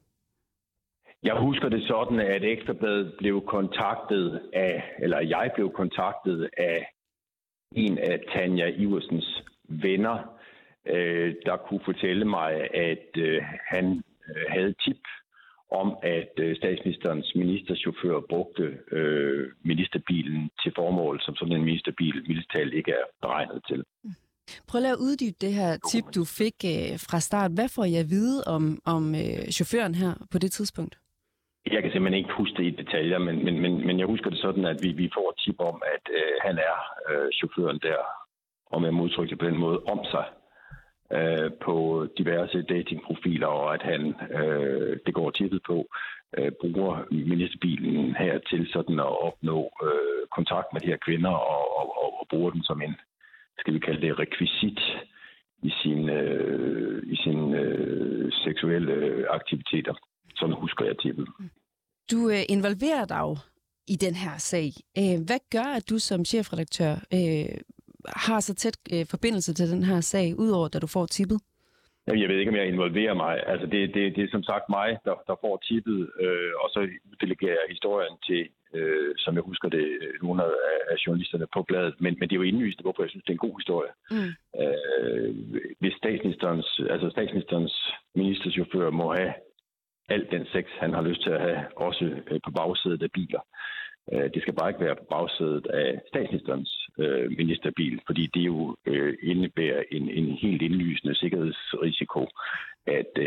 Jeg husker det sådan, at Ekstra Bladet blev kontaktet af, eller jeg blev kontaktet af en af Tanja Iversens venner, øh, der kunne fortælle mig, at øh, han øh, havde tip om, at øh, statsministerens ministerchauffør brugte øh, ministerbilen til formål, som sådan en ministerbil militært ikke er beregnet til. Prøv at uddybe det her tip, du fik øh, fra start. Hvad får jeg at vide om, om øh, chaufføren her på det tidspunkt? Jeg kan simpelthen ikke huske det i detaljer, men, men, men, men jeg husker det sådan, at vi, vi får et tip om, at øh, han er øh, chaufføren der, om jeg modtrykker det på den måde, om sig øh, på diverse datingprofiler, og at han, øh, det går tippet på, øh, bruger ministerbilen her til sådan at opnå øh, kontakt med de her kvinder og, og, og, og bruger dem som en, skal vi kalde det, rekvisit i sine øh, i sin, øh, seksuelle aktiviteter. Sådan husker jeg tippet. Du øh, involverer dig jo i den her sag. Æh, hvad gør, at du som chefredaktør øh, har så tæt øh, forbindelse til den her sag, udover da du får tippet? Jamen, jeg ved ikke, om jeg involverer mig. Altså, det, det, det er som sagt mig, der, der får tippet, øh, og så delegerer jeg historien til, øh, som jeg husker det, nogle af, af journalisterne på bladet. Men, men det er jo indlysende, hvorfor jeg synes, det er en god historie. Mm. Øh, hvis statsministerens, altså statsministerens ministerchauffør må have alt den sex, han har lyst til at have, også øh, på bagsædet af biler. Øh, det skal bare ikke være på bagsædet af statsministerens øh, ministerbil, fordi det jo øh, indebærer en, en helt indlysende sikkerhedsrisiko, at øh, der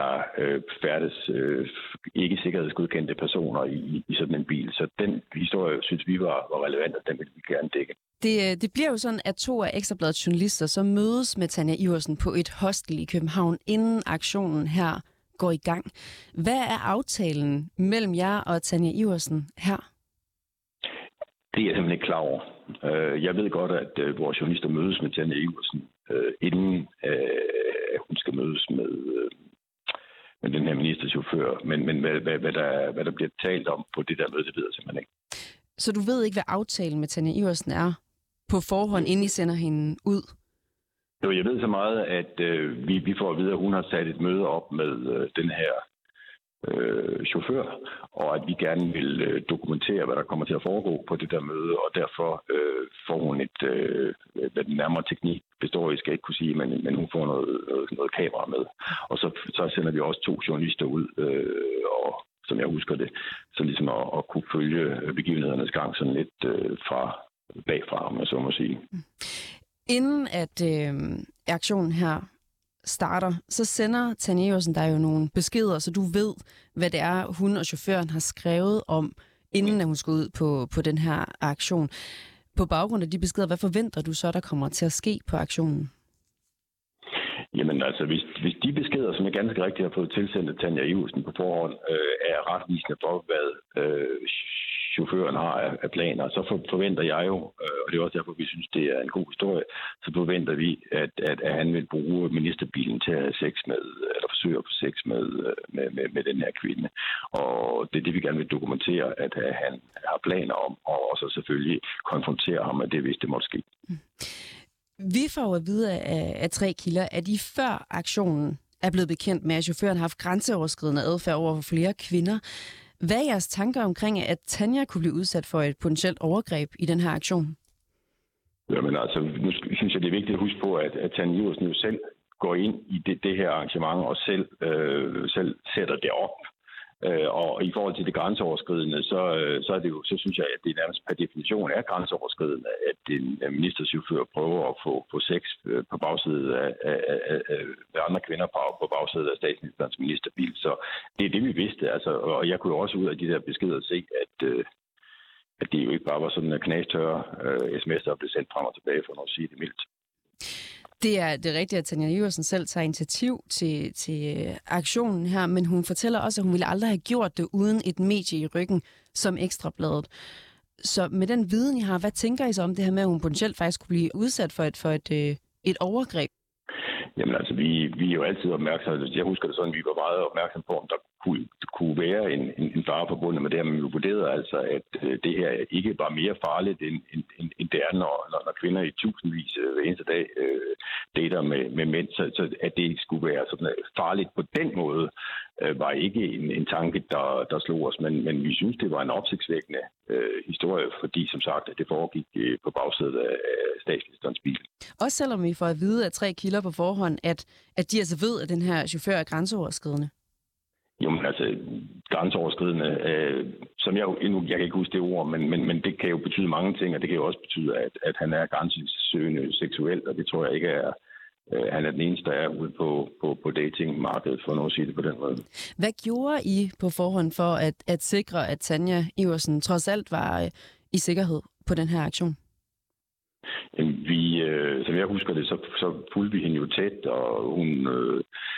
der øh, færdes øh, ikke sikkerhedsgodkendte personer i, i sådan en bil. Så den historie synes vi var, var relevant, og den vil vi gerne dække. Det, det bliver jo sådan, at to af Ekstrabladets journalister så mødes med Tanja Iversen på et hostel i København, inden aktionen her går i gang. Hvad er aftalen mellem jer og Tanja Iversen her? Det er jeg simpelthen ikke klar over. Jeg ved godt, at vores journalister mødes med Tanja Iversen, inden hun skal mødes med, med den her ministerchauffør. Men, men hvad, hvad, hvad, der, hvad der bliver talt om på det der møde, det ved jeg simpelthen ikke. Så du ved ikke, hvad aftalen med Tanja Iversen er på forhånd, inden I sender hende ud? Jo, jeg ved så meget, at øh, vi, vi får at vide, at hun har sat et møde op med øh, den her øh, chauffør, og at vi gerne vil øh, dokumentere, hvad der kommer til at foregå på det der møde, og derfor øh, får hun et, øh, hvad den nærmere teknik består i, skal jeg ikke kunne sige, men, men hun får noget, noget, noget kamera med. Og så, så sender vi også to journalister ud, øh, og som jeg husker det, så ligesom at, at kunne følge begivenhedernes gang sådan lidt øh, fra bagfra, om jeg så må sige. Inden at øh, aktionen her starter, så sender Tanja Iversen dig jo nogle beskeder, så du ved, hvad det er, hun og chaufføren har skrevet om, inden at hun skal ud på, på den her aktion. På baggrund af de beskeder, hvad forventer du så, der kommer til at ske på aktionen? Jamen altså, hvis, hvis de beskeder, som jeg ganske rigtigt har fået tilsendt af Tanja Iversen på forhånd, øh, er retvisende for, hvad øh, chaufføren har af, af planer, så for, forventer jeg jo, øh, og det er også derfor, vi synes, det er en god historie, så forventer vi, at, at, at han vil bruge ministerbilen til at have sex med, eller forsøge at få sex med, med, med, med den her kvinde. Og det er det, vi gerne vil dokumentere, at, at han har planer om, og så selvfølgelig konfrontere ham med det, hvis det måtte ske. Mm. Vi får at vide af, af tre kilder, at I før aktionen er blevet bekendt med, at chaufføren har haft grænseoverskridende adfærd over for flere kvinder. Hvad er jeres tanker omkring, at Tanja kunne blive udsat for et potentielt overgreb i den her aktion? Jamen altså, nu synes jeg, det er vigtigt at huske på, at, at Tanja Iversen jo selv går ind i det, det her arrangement og selv, øh, selv sætter det op. Øh, og i forhold til det grænseoverskridende, så, øh, så er det jo, så synes jeg, at det nærmest per definition er grænseoverskridende, at en ministerchauffør prøver at få, få sex på bagsædet af, af, af, af andre kvinder på, på bagsædet af statsministerens ministerbil. Så det er det, vi vidste. Altså, og jeg kunne jo også ud af de der beskeder se, at, øh, at det jo ikke bare var sådan en knastørre øh, sms'er, der blev sendt frem og tilbage, for at sige det mildt. Det er det rigtige, at Tanja Iversen selv tager initiativ til, til aktionen her, men hun fortæller også, at hun ville aldrig have gjort det uden et medie i ryggen som Ekstrabladet. Så med den viden, I har, hvad tænker I så om det her med, at hun potentielt faktisk kunne blive udsat for et, for et, et overgreb? Jamen altså, vi, vi er jo altid opmærksomme. Jeg husker det sådan, at vi var meget opmærksomme på, om der kunne, kunne være en, en, en fare forbundet med det her, men vi vurderede altså, at øh, det her ikke var mere farligt, end, end, end det er, når, når kvinder i tusindvis øh, hver eneste dag øh, dater med, med mænd. Så, så at det skulle være sådan farligt på den måde, øh, var ikke en, en tanke, der, der slog os. Men, men vi synes, det var en opsigtsvækkende øh, historie, fordi som sagt, at det foregik øh, på bagsædet af statsministerens bil. Også selvom vi får at vide af tre kilder på forhånd, at, at de altså ved, at den her chauffør er grænseoverskridende. Jo, men altså, grænseoverskridende, øh, som jeg jo, jeg kan ikke huske det ord, men, men, men det kan jo betyde mange ting, og det kan jo også betyde, at, at han er grænsesøgende seksuelt, og det tror jeg ikke er, øh, han er den eneste, der er ude på, på, på datingmarkedet, for noget at sige det på den måde. Hvad gjorde I på forhånd for at, at sikre, at Tanja Iversen trods alt var øh, i sikkerhed på den her aktion? Vi, øh, som jeg husker det, så, så fulgte vi hende jo tæt, og hun øh,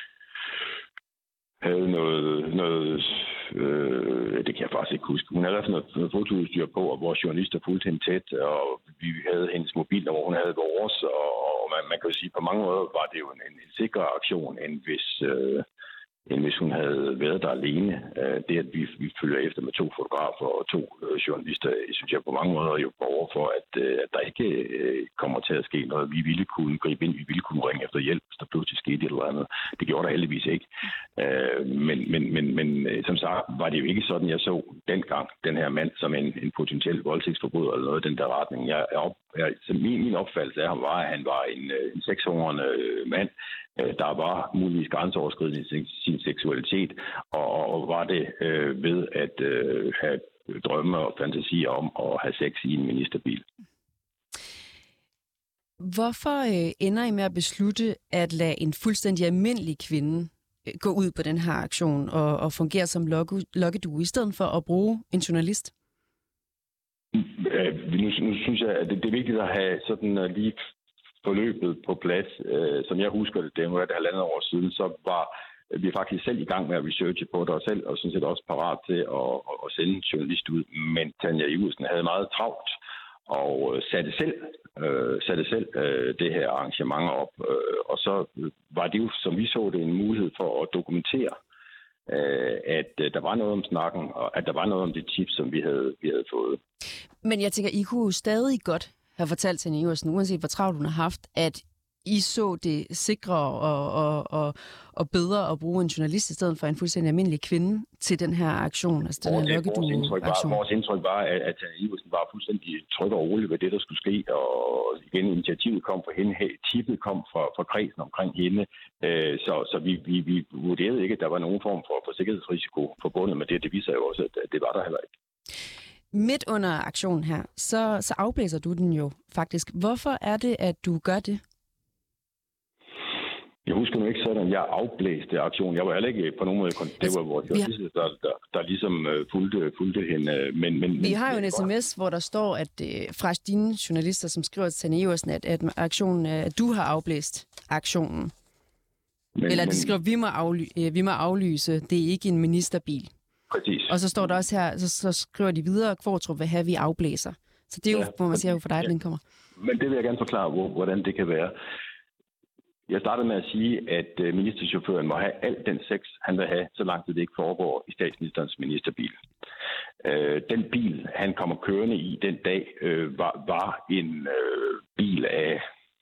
havde noget, noget øh, det kan jeg faktisk ikke huske. Hun havde også noget, noget fotoudstyr på, og vores journalister fulgte hende tæt, og vi havde hendes mobil, hvor hun havde vores, og, og man, man kan jo sige, på mange måder var det jo en, en sikrere aktion, end hvis... Øh, end hvis hun havde været der alene. Det, at vi, vi følger efter med to fotografer og to øh, journalister, synes jeg på mange måder jo borger for, at, øh, at der ikke øh, kommer til at ske noget. Vi ville kunne gribe ind, vi ville kunne ringe efter hjælp, hvis der pludselig skete et eller andet. Det gjorde der heldigvis ikke. Øh, men, men, men, men som sagt var det jo ikke sådan, jeg så dengang den her mand som en, en potentiel voldtægtsforbryder eller noget i den der retning. Jeg, jeg, jeg, min, min opfattelse af ham var, at han var en, en sexhungrende mand, der var muligvis grænseoverskridende i sin seksualitet, og, og var det øh, ved at øh, have drømme og fantasier om at have sex i en ministerbil. Hvorfor øh, ender I med at beslutte at lade en fuldstændig almindelig kvinde gå ud på den her aktion og, og fungere som lokkedue, i stedet for at bruge en journalist? Nu, nu synes jeg, at det, det er vigtigt at have sådan uh, lige forløbet på plads. Uh, som jeg husker det, det var et halvandet år siden, så var vi faktisk selv i gang med at researche på det, og selv og sådan set også parat til at, at sende en journalist ud. Men Tanja Iversen havde meget travlt og satte selv, øh, satte selv øh, det her arrangement op. Øh, og så var det jo, som vi så det, en mulighed for at dokumentere, øh, at øh, der var noget om snakken, og at der var noget om det tip, som vi havde, vi havde fået. Men jeg tænker, I kunne jo stadig godt have fortalt Tanja Iversen, uanset hvor travlt hun har haft, at I så det sikre og, og, og, og bedre at bruge en journalist i stedet for en fuldstændig almindelig kvinde til den her aktion, altså den her lokkedue-aktion. Vores indtryk var, at, at Tanja Iversen var fuldstændig tryg og rolig ved det, der skulle ske, og igen, initiativet kom fra hende, tippet kom fra, fra kredsen omkring hende, så, så vi, vi, vi vurderede ikke, at der var nogen form for, for sikkerhedsrisiko forbundet med det. Det viser jo også, at det var der heller ikke. Midt under aktionen her, så, så afblæser du den jo faktisk. Hvorfor er det, at du gør det? Jeg husker nu ikke sådan, jeg afblæste aktionen. Jeg var heller ikke på nogen måde, det var vores journalister, der, der, der ligesom uh, fulgte, fulgte hende. Men, men, Vi har jo en sms, hvor der står, at uh, fra dine journalister, som skriver til Tanja Iversen, at, at, aktionen, at du har afblæst aktionen. Men, Eller de skriver, at vi må, afly- vi må aflyse, det er ikke en ministerbil. Præcis. Og så står der også her, så, så skriver de videre, at Kvartrup vil have, at vi afblæser. Så det er jo, ja, hvor man siger jo for dig, at den kommer. Men det vil jeg gerne forklare, hvordan det kan være. Jeg startede med at sige, at ministerchaufføren må have al den sex, han vil have, så langt det ikke foregår i statsministerens ministerbil. Øh, den bil, han kommer kørende i den dag, øh, var, var en øh, bil af,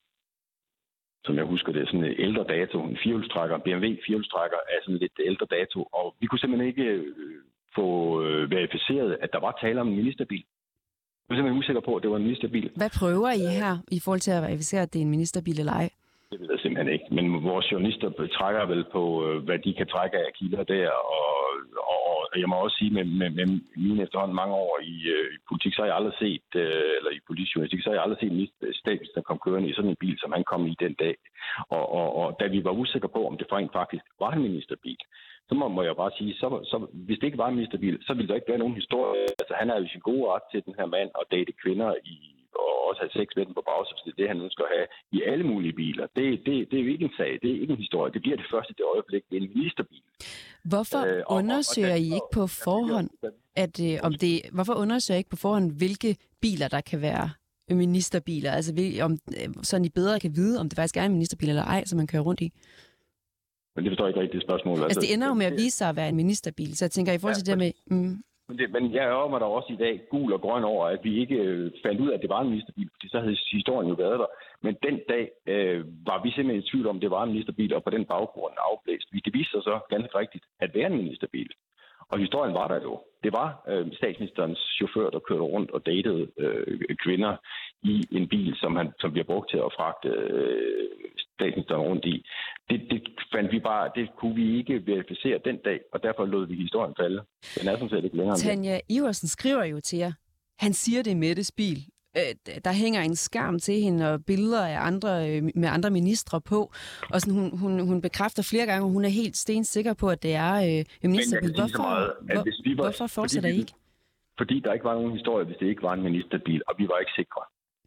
som jeg husker det, sådan en ældre dato, en firehjulstrækker, B M W firehjulstrækker af sådan lidt ældre dato, og vi kunne simpelthen ikke øh, få øh, verificeret, at der var tale om en ministerbil. Jeg var simpelthen usikker på, at det var en ministerbil. Hvad prøver I her i forhold til at verificere, at det er en ministerbil eller ej? Det ved jeg simpelthen ikke. Men vores journalister trækker vel på, hvad de kan trække af kilder der. Og, og, og jeg må også sige, med, med, med mine efterhånden mange år i, i politik, så har jeg aldrig set, eller i politisk journalistik, så har jeg aldrig set en statsminister komme kørende i sådan en bil, som han kom i den dag. Og, og, og da vi var usikre på, om det faktisk var en ministerbil, så må, må jeg bare sige, så, så hvis det ikke var en ministerbil, så ville der ikke være nogen historie. Altså han er jo sin gode ret til den her mand at date kvinder i og også have sex med den på bagsædet, det er det, han ønsker at have i alle mulige biler. Det, det, det er jo ikke en sag, det er ikke en historie. Det bliver det første det øjeblik, det er en ministerbil. Hvorfor øh, og, undersøger og, og, I ikke på forhånd, at, øh, om det, hvorfor undersøger I ikke på forhånd, hvilke biler, der kan være ministerbiler? Altså, om, sådan I bedre kan vide, om det faktisk er en ministerbil eller ej, som man kører rundt i? Men det forstår jeg ikke rigtigt, det spørgsmål. Altså, det ender jo med at vise sig at være en ministerbil, så jeg tænker, i forhold til ja, det med... Mm, Men, det, men jeg ærger mig da også i dag gul og grøn over, at vi ikke øh, fandt ud af, at det var en ministerbil, fordi så havde historien jo været der. Men den dag øh, var vi simpelthen i tvivl om, at det var en ministerbil, og på den baggrund afblæst. Det viste sig så ganske rigtigt at være en ministerbil. Og historien var der jo. Det var øh, statsministerens chauffør, der kørte rundt og datede øh, kvinder i en bil, som, han, som bliver brugt til at fragte øh, statsministeren rundt i. Det, det fandt vi bare, det kunne vi ikke verificere den dag, og derfor lod vi historien falde. Den er sådan set ikke længere. Tanja Iversen skriver jo til jer, han siger, det er Mettes bil. Øh, der hænger en skærm til hende og billeder af andre, øh, med andre ministre på, og sådan, hun, hun, hun bekræfter flere gange, at hun er helt stensikker på, at det er øh, en ministerbil. Hvorfor, meget, hvor, vi var, hvorfor fortsætter I ikke? Fordi der ikke var nogen historie, hvis det ikke var en ministerbil, og vi var ikke sikre.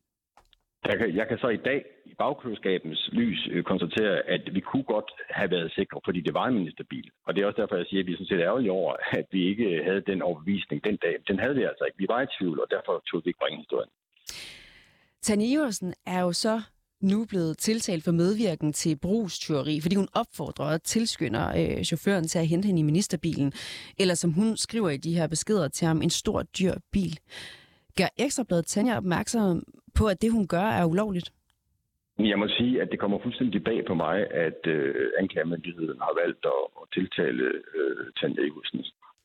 Jeg kan, jeg kan så i dag i bagklodskabens lys øh, konstatere, at vi kunne godt have været sikre, fordi det var en ministerbil. Og det er også derfor, jeg siger, at vi er sådan set ærgerlige over, at vi ikke havde den overbevisning den dag. Den havde vi altså ikke. Vi var i tvivl, og derfor tog vi ikke bringe historien. Tanja Iversen er jo så nu blevet tiltalt for medvirken til brugstyveri, fordi hun opfordrer og tilskynder øh, chaufføren til at hente hende i ministerbilen, eller som hun skriver i de her beskeder til ham, en stor dyr bil. Gør Ekstrabladet Tanja opmærksom på, at det, hun gør, er ulovligt? Jeg må sige, at det kommer fuldstændig bag på mig, at øh, anklagemyndigheden har valgt at, at tiltale øh, Tanja Iversen.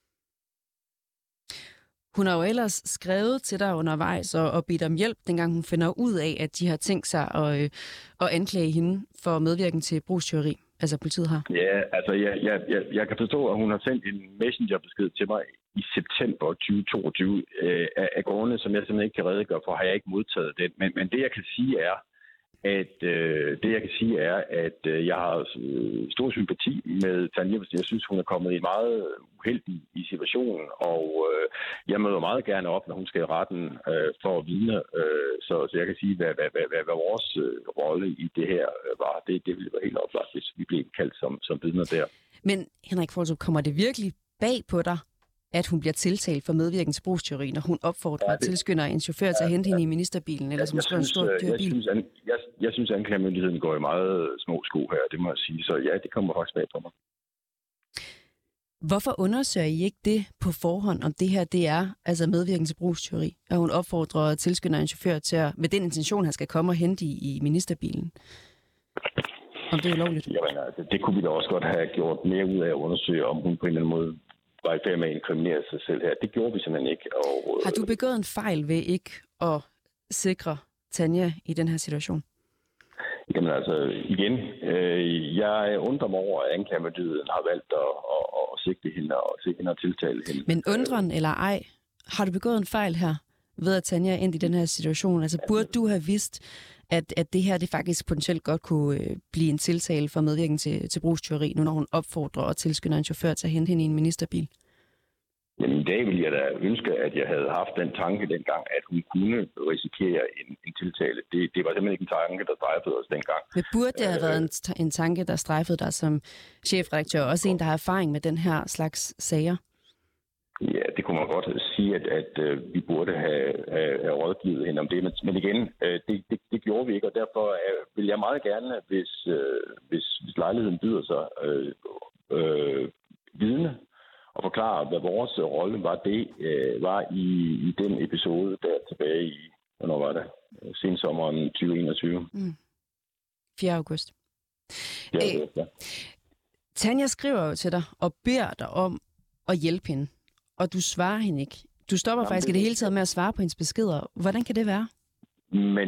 Hun har jo ellers skrevet til dig undervejs og, og bedt om hjælp, dengang hun finder ud af, at de har tænkt sig at, øh, at anklage hende for medvirken til brugstyveri. Altså politiet har. Ja, altså jeg, jeg, jeg, jeg kan forstå, at hun har sendt en messengerbesked til mig i september tyve toogtyve øh, af, af grunde, som jeg simpelthen ikke kan redegøre for, har jeg ikke modtaget den. Men, men det jeg kan sige er, at øh, det, jeg kan sige, er, at øh, jeg har øh, stor sympati med Tanja. Jeg synes, hun er kommet i meget uheldig i situationen, og øh, jeg møder meget gerne op, når hun skal i retten øh, for at vidne. Øh, så, så jeg kan sige, hvad, hvad, hvad, hvad, hvad vores øh, rolle i det her øh, var. Det, det ville være helt oplagt, hvis vi blev kaldt som, som vidner der. Men Henrik Qvortrup, kommer det virkelig bag på dig, at hun bliver tiltalt for medvirken til brugsteori, når hun opfordrer ja, det... tilskynder en chauffør til at hente hende i ministerbilen, eller som står en stor dyr bil? Jeg synes, an, jeg, jeg synes anklagemyndigheden går i meget små sko her, det må jeg sige. Så ja, det kommer faktisk bag på mig. Hvorfor undersøger I ikke det på forhånd, om det her det er altså medvirken til brugsteori, og hun opfordrer og tilskynder en chauffør til at, med den intention, han skal komme og hente i, i ministerbilen? Om det er ulovligt? Jamen, altså, det kunne vi da også godt have gjort mere ud af at undersøge, om hun på en eller anden måde var i færd med at inkriminere sig selv her. Det gjorde vi simpelthen ikke. Og, har du begået en fejl ved ikke at sikre Tanja i den her situation? Jamen altså, igen, øh, jeg undrer mig over, at anklagemyndigheden har valgt at, at, at, at sigte hende og sigte hende og tiltale hende. Men undren eller ej, har du begået en fejl her ved at Tanja ind i den her situation? Altså burde du have vidst, at, at det her det faktisk potentielt godt kunne øh, blive en tiltale for medvirken til, til brugsteori, nu når hun opfordrer og tilskynder en chauffør til at hente hende i en ministerbil? Jamen i dag ville jeg da ønske, at jeg havde haft den tanke dengang, at hun kunne risikere en, en tiltale. Det, det var simpelthen ikke en tanke, der strejfede os dengang. Men burde det have været en, en tanke, der strejfede dig som chefredaktør, også en, der har erfaring med den her slags sager? Ja, det kunne man godt sige, at, at, at vi burde have, have, have rådgivet hende om det. Men, men igen, det, det, det gjorde vi ikke, og derfor vil jeg meget gerne, hvis, hvis, hvis lejligheden byder sig, øh, øh, vidne og forklare, hvad vores rolle var, det øh, var i, i den episode der tilbage i, hvornår var det? Sensommeren tyve enogtyve. Mm. fjerde august. fjerde august, ja. Tanja skriver jo til dig og beder dig om at hjælpe hende, og du svarer hende ikke. Du stopper Jamen, faktisk det... i det hele taget med at svare på hendes beskeder. Hvordan kan det være? Men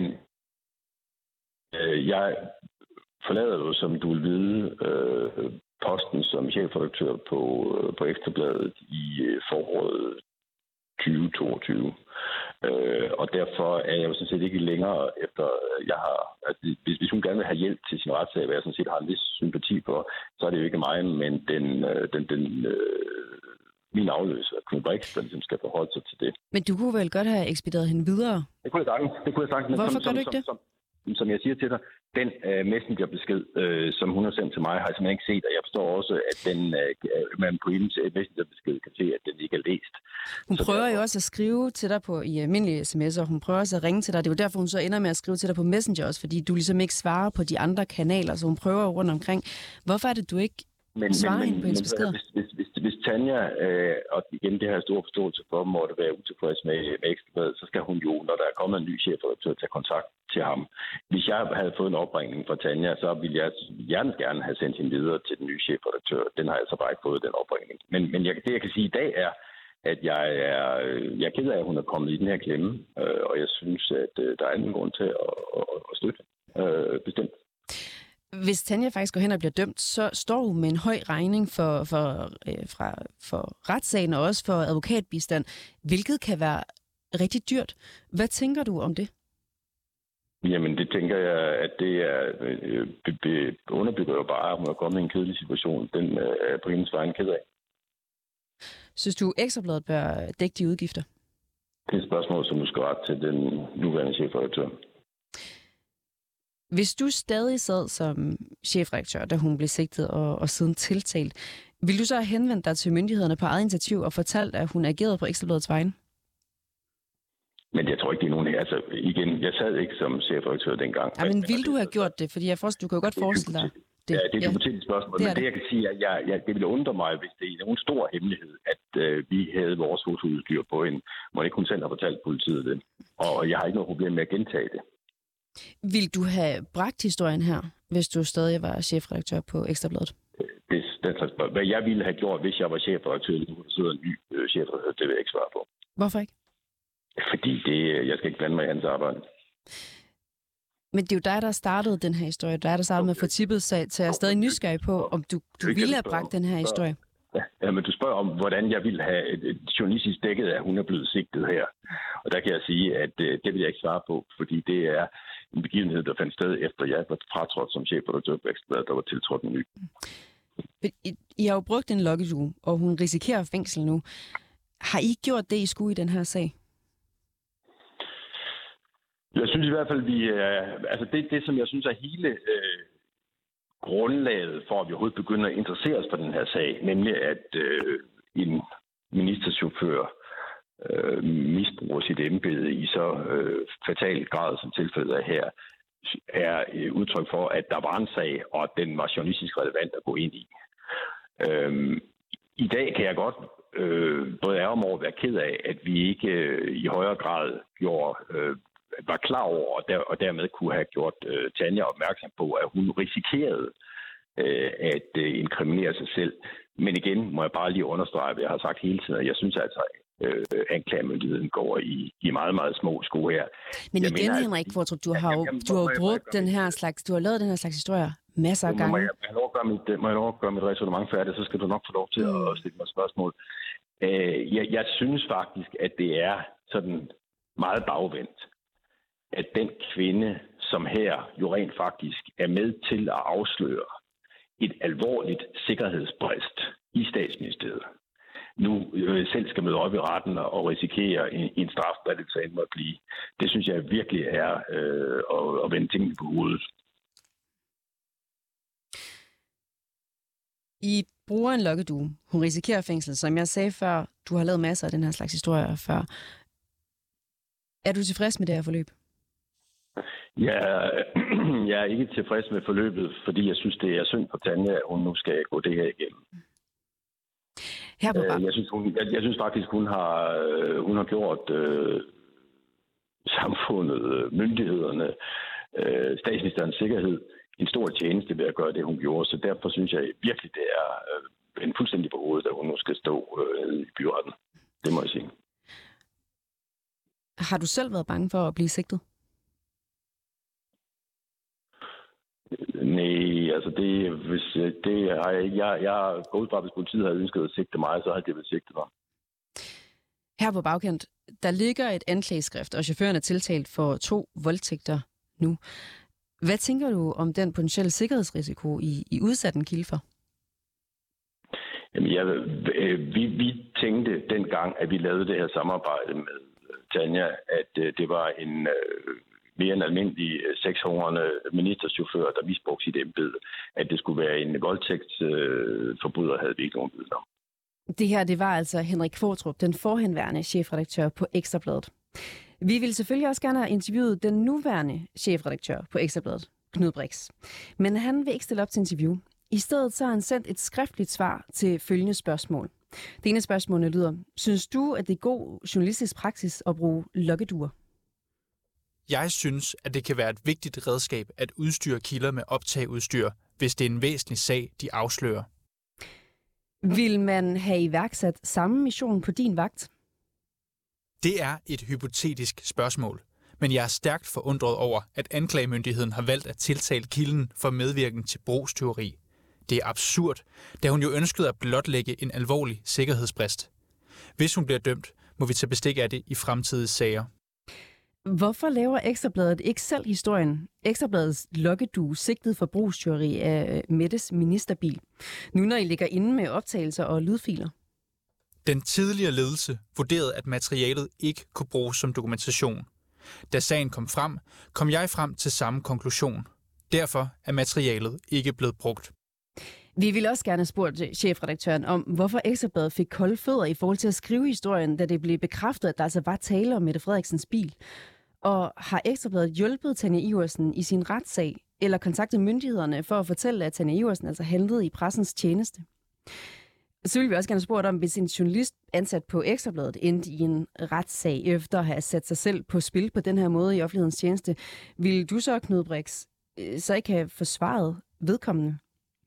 øh, jeg forlader jo, som du vil vide, øh, posten som chefredaktør på, på Ekstrabladet i foråret tyve toogtyve. Øh, og derfor er jeg jo sådan set ikke længere efter, jeg har, altså, hvis, hvis hun gerne vil have hjælp til sin retssag, hvad jeg sådan set har en vis sympati for, så er det jo ikke mig, men den, den, den øh, min afløser, Knud Brix, som skal forholde sig til det. Men du kunne vel godt have ekspederet hende videre? Det kunne jeg sagtens. Det kunne jeg sagtens. Hvorfor som, gør som, du ikke som, det? Som, som, som jeg siger til dig, den uh, messengerbesked, uh, som hun har sendt til mig, har jeg simpelthen ikke set, og jeg forstår også, at den, uh, man på hendes messengerbesked kan se, at den ikke er læst. Hun så prøver derfor... jo også at skrive til dig på i almindelige sms'er, hun prøver også at ringe til dig. Det er jo derfor, hun så ender med at skrive til dig på Messenger også, fordi du ligesom ikke svarer på de andre kanaler, så hun prøver rundt omkring. Hvorfor er det, du ikke men, svarer men, hende på hendes men, beskeder? Hvis, hvis, hvis, hvis Tanja, øh, og igen det her store forståelse for, måtte være utilfreds med, med Ekstrabladet, så skal hun jo, når der er kommet en ny chefredaktør, tage kontakt til ham. Hvis jeg havde fået en opringning fra Tanja, så ville jeg gerne gerne have sendt hende videre til den nye chefredaktør. Den har jeg så bare ikke fået, den opringning. Men, men jeg, det, jeg kan sige i dag, er, at jeg er, jeg er ked af, at hun er kommet i den her klemme, øh, og jeg synes, at øh, der er ingen grund til at, at, at støtte øh, bestemt. Hvis Tanja faktisk går hen og bliver dømt, så står hun med en høj regning for, for, øh, fra, for retssagen og også for advokatbistand, hvilket kan være rigtig dyrt. Hvad tænker du om det? Jamen, det tænker jeg, at det er øh, be, be, underbygger jo bare, at hun er kommet i en kedelig situation. Den øh, er på hendes vejen ked af. Synes du, Ekstrabladet bør dække de udgifter? Det er et spørgsmål, som du skal rette til den nuværende chefredaktør. Hvis du stadig sad som chefredaktør, da hun blev sigtet og, og siden tiltalt, vil du så have henvendt dig til myndighederne på eget initiativ og fortalt, at hun agerede på Ekstrabladets vegne? Men jeg tror ikke, det er nogen her. Altså igen, jeg sad ikke som chefredaktør dengang. Ja, men ville du have gjort det? Fordi jeg forstår, du kan jo godt forestille dig det. Ja, det er et hypotetisk spørgsmål, det men det, det jeg kan sige, er, at jeg, jeg, det ville undre mig, hvis det er nogen stor hemmelighed, at øh, vi havde vores fotoudstyr på en, hvor ikke hun selv har fortalt politiet det. Og jeg har ikke noget problem med at gentage det. Vil du have bragt historien her, hvis du stadig var chefredaktør på Ekstrabladet? Det, det, hvad jeg ville have gjort, hvis jeg var chefredaktør, nu sidder en ny øh, chefredaktør, det vil jeg ikke svare på. Hvorfor ikke? Fordi det, jeg skal ikke blande mig i hans arbejde. Men det er jo dig, der startede den her historie. Det er dig, der startede med at få tippet sag, så jeg er stadig nysgerrig på, om du, du ville have bragt den her historie. Ja, men du spørger om, hvordan jeg ville have et, et journalistisk dækket, at hun er blevet sigtet her. Og der kan jeg sige, at det, det vil jeg ikke svare på, fordi det er en begivenhed, der fandt sted efter jeg var fratrådt som chefredaktør på Ekstra Bladet, der var tiltrådt en ny. I, I har jo brugt en lokkedue, og hun risikerer fængsel nu. Har I gjort det, I skulle i den her sag? Jeg synes i hvert fald, vi er, altså det, det som jeg synes er hele øh, grundlaget for, at vi overhovedet begynder at interessere os for den her sag, nemlig at øh, en ministerchauffør øh, misbruger sit embede i så øh, fatal grad, som tilfældet er her, er øh, udtryk for, at der var en sag, og at den var journalistisk relevant at gå ind i. Øh, I dag kan jeg godt øh, både ærge mig over at være ked af, at vi ikke øh, i højere grad gjorde... Øh, var klar over, og, der, og dermed kunne have gjort øh, Tanja opmærksom på, at hun risikerede øh, at øh, inkriminere sig selv. Men igen må jeg bare lige understrege, hvad jeg har sagt hele tiden, og jeg synes altså, øh, anklagemyndigheden går i, i meget, meget små sko her. Men jeg igen, mener, Henrik Qvortrup, du har jo du har brugt den her slags, du har lavet den her slags historier masser af gange. Må jeg, må jeg lov at gøre mit, må jeg lov at gøre mit resonemang færdigt, så skal du nok få lov til mm. at stille mig spørgsmål. Øh, jeg, jeg synes faktisk, at det er sådan meget bagvendt, at den kvinde, som her jo rent faktisk er med til at afsløre et alvorligt sikkerhedsbrist i statsministeriet, nu øh, selv skal møde op i retten og risikere en, en straf, hvad det så end måtte blive. Det synes jeg virkelig er øh, at, at vende tingene på hovedet. I bruger en lokkedue. Hun risikerer fængsel. Som jeg sagde før, du har lavet masser af den her slags historier før. Er du tilfreds med det her forløb? Ja, jeg er ikke tilfreds med forløbet, fordi jeg synes, det er synd for Tanja, at hun nu skal gå det her igennem. Her på jeg, synes, hun, jeg, jeg synes faktisk, hun har, hun har gjort øh, samfundet, myndighederne, øh, statsministerens sikkerhed en stor tjeneste ved at gøre det, hun gjorde. Så derfor synes jeg virkelig, det er øh, en fuldstændig på hovedet, at hun nu skal stå øh, i byretten. Det må jeg sige. Har du selv været bange for at blive sigtet? Nej, altså det, hvis, det har jeg ikke. Jeg, jeg går ud fra, hvis politiet havde ønsket at sigte mig, så havde det vel sigtet mig. Her på bagkant, der ligger et anklageskrift, og chaufføren er tiltalt for to voldtægter nu. Hvad tænker du om den potentielle sikkerhedsrisiko, I, I udsat en kilde for? Jamen, jeg, vi, vi tænkte dengang, at vi lavede det her samarbejde med Tanja, at det var en... mere en almindelig sekshårende ministerchauffør, der misbrugte sit embede. At det skulle være en voldtægtsforbryder, øh, havde vi ikke nogen viden om. Det her, det var altså Henrik Qvortrup, den forhenværende chefredaktør på Ekstra Bladet. Vi ville selvfølgelig også gerne have interviewet den nuværende chefredaktør på Ekstra Bladet, Knud Brix. Men han vil ikke stille op til interview. I stedet så har han sendt et skriftligt svar til følgende spørgsmål. Det ene spørgsmål lyder: Synes du, at det er god journalistisk praksis at bruge lokkeduer? Jeg synes, at det kan være et vigtigt redskab at udstyre kilder med optageudstyr, hvis det er en væsentlig sag, de afslører. Vil man have iværksat samme mission på din vagt? Det er et hypotetisk spørgsmål, men jeg er stærkt forundret over, at anklagemyndigheden har valgt at tiltale kilden for medvirken til brugstyveri. Det er absurd, da hun jo ønskede at blotlægge en alvorlig sikkerhedsbrist. Hvis hun bliver dømt, må vi tage bestik af det i fremtidige sager. Hvorfor laver Ekstra Bladet ikke selv historien? Ekstra Bladets lokkedue sigtet for brugstyveri af Mettes ministerbil. Nu når I ligger inde med optagelser og lydfiler. Den tidligere ledelse vurderede, at materialet ikke kunne bruges som dokumentation. Da sagen kom frem, kom jeg frem til samme konklusion. Derfor er materialet ikke blevet brugt. Vi ville også gerne have spurgt chefredaktøren om, hvorfor Ekstra Bladet fik kolde fødder i forhold til at skrive historien, da det blev bekræftet, at der altså var tale om Mette Frederiksens bil. Og har Ekstra Bladet hjulpet Tanja Iversen i sin retssag, eller kontaktet myndighederne for at fortælle, at Tanja Iversen altså handlede i pressens tjeneste? Så vil vi også gerne spurgt om, hvis en journalist ansat på Ekstra Bladet endte i en retssag efter at have sat sig selv på spil på den her måde i offentlighedens tjeneste, ville du så, Knud Brix, så ikke have forsvaret vedkommende?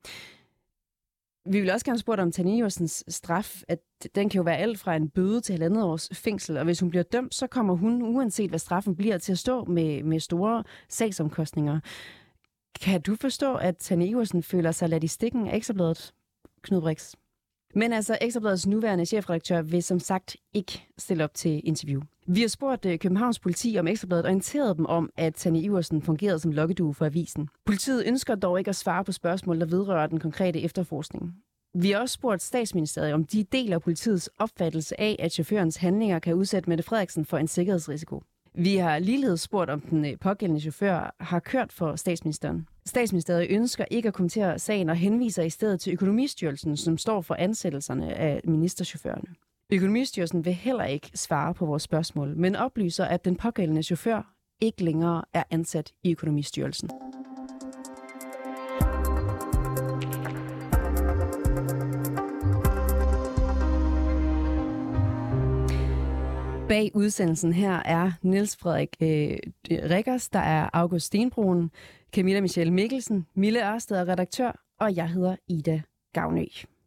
Vi vil også gerne spørge om Tanja Iversens straf, at den kan jo være alt fra en bøde til halvandet års fængsel, og hvis hun bliver dømt, så kommer hun, uanset hvad straffen bliver, til at stå med, med store sagsomkostninger. Kan du forstå, at Tanja Iversen føler sig ladt i stikken af Ekstra Bladet, Knud Brix? Men altså, Ekstrabladets nuværende chefredaktør vil som sagt ikke stille op til interview. Vi har spurgt Københavns politi, om Ekstrabladet orienterede dem om, at Tanja Iversen fungerede som lokkedue for avisen. Politiet ønsker dog ikke at svare på spørgsmål, der vedrører den konkrete efterforskning. Vi har også spurgt Statsministeriet, om de deler politiets opfattelse af, at chaufførens handlinger kan udsætte Mette Frederiksen for en sikkerhedsrisiko. Vi har ligeledes spurgt, om den pågældende chauffør har kørt for statsministeren. Statsministeriet ønsker ikke at kommentere sagen og henviser i stedet til Økonomistyrelsen, som står for ansættelserne af ministerchaufførerne. Økonomistyrelsen vil heller ikke svare på vores spørgsmål, men oplyser, at den pågældende chauffør ikke længere er ansat i Økonomistyrelsen. Bag udsendelsen her er Niels Frederik øh, Rikkers, der er August Stenbroen, Camilla Michelle Mikkelsen, Mille Ørsted er redaktør, og jeg hedder Ida Gavnø.